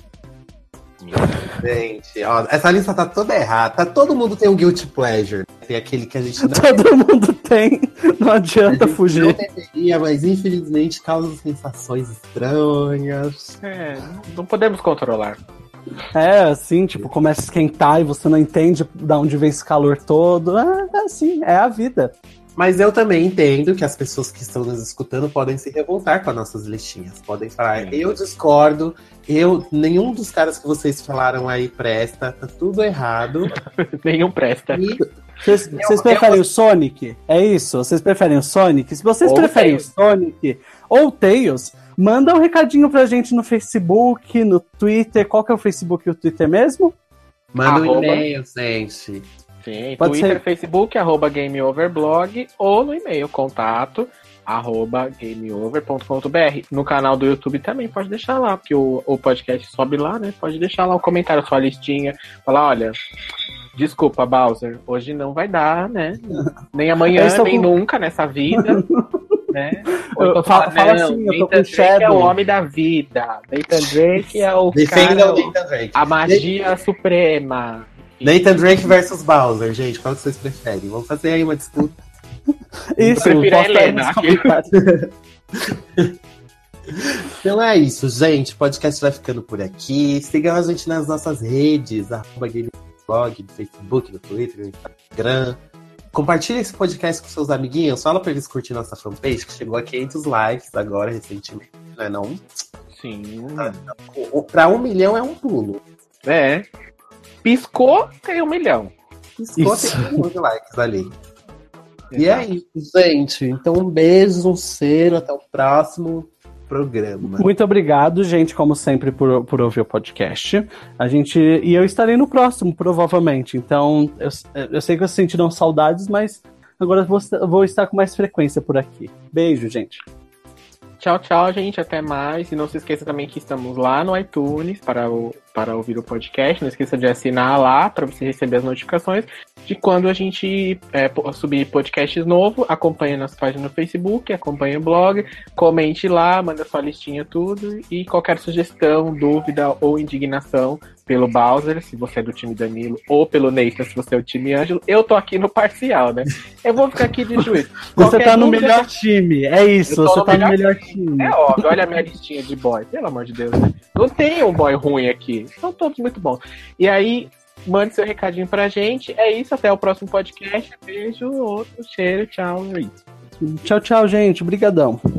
Gente, ó, essa lista tá toda errada. Tá, todo mundo tem um guilty pleasure. Tem aquele que a gente não,
Todo mundo tem. Não
a
adianta
gente não
fugir.
deveria, mas infelizmente causa sensações estranhas.
É, não podemos controlar.
É, assim, tipo, começa a esquentar e você não entende de onde vem esse calor todo. É, é assim, é a vida.
Mas eu também entendo que as pessoas que estão nos escutando podem se revoltar com as nossas listinhas. Podem falar,
Sim.
eu discordo, eu, nenhum dos caras que vocês falaram aí presta, tá tudo errado.
Nenhum presta.
E
Vocês, vocês preferem o Sonic? É isso? Vocês preferem o Sonic? Se vocês
Ou
preferem o
Tails.
Sonic ou o Tails, manda um recadinho pra gente no Facebook, no Twitter. Qual que é o Facebook e o Twitter mesmo?
manda um
Arroba.
e-mail, gente.
Sim,
Pode
Twitter,
ser.
Facebook, arroba GameOverblog, ou no e-mail, contato, arroba gameover ponto com ponto br. No canal do YouTube também pode deixar lá, porque o, o podcast sobe lá, né? Pode deixar lá o comentário, sua listinha. Falar, olha, desculpa, Bowser, hoje não vai dar, né? Nem amanhã,
Eu estou
nem
com-
nunca nessa vida. Né? Ou
Eu-
então
fala- fala
não,
assim, eu tô
Nathan
com
Drake é
Shadow.
o homem da vida. Nathan Drake é o
Defenda
cara,
o Nathan Drake.
a magia suprema.
Nathan Drake versus Bowser, gente, qual que vocês preferem? Vamos fazer aí uma disputa.
Isso,
prefiro a
posta aí
Helena.
nos comentários.
Então é isso, gente. O podcast vai ficando por aqui. Sigam a gente nas nossas redes, arroba GameBlog, no Facebook, no Twitter, no Instagram. Compartilhe esse podcast com seus amiguinhos. Fala pra eles curtir nossa fanpage, que chegou a quinhentos likes agora, recentemente. Não é não?
Sim.
O- o- Pra um milhão é um pulo.
É. Piscou, tem um milhão.
Piscou,
Isso.
tem um milhão de likes ali. E é isso, gente. Então um beijo, um cheiro. Até o próximo programa.
Muito obrigado, gente, como sempre, por, por ouvir o podcast. A gente. E eu estarei no próximo, provavelmente. Então, eu, eu sei que vocês sentiram saudades, mas agora eu vou, vou estar com mais frequência por aqui. Beijo, gente.
Tchau, tchau, gente. Até mais. E não se esqueça também que estamos lá no iTunes para, o, para ouvir o podcast. Não esqueça de assinar lá para você receber as notificações de quando a gente é, po- subir podcasts novo. Acompanhe nossa página no Facebook, acompanhe o blog, comente lá, manda sua listinha, tudo. E qualquer sugestão, dúvida ou indignação pelo Bowser, se você é do time Danilo, ou pelo Nathan, se você é do time Ângelo. Eu tô aqui no parcial, né? Eu vou ficar aqui de juiz.
Você
Qualquer
tá no
dúvida,
melhor time. É isso,
Eu tô
você
no
tá no
melhor
melhor time.
é óbvio, olha a minha listinha de boy, pelo amor de Deus, né? Não tem um boy ruim aqui, são todos muito bons. E aí, mande seu recadinho pra gente. É isso, até o próximo podcast. Beijo, outro cheiro, tchau. É isso.
Tchau, tchau, gente. Obrigadão.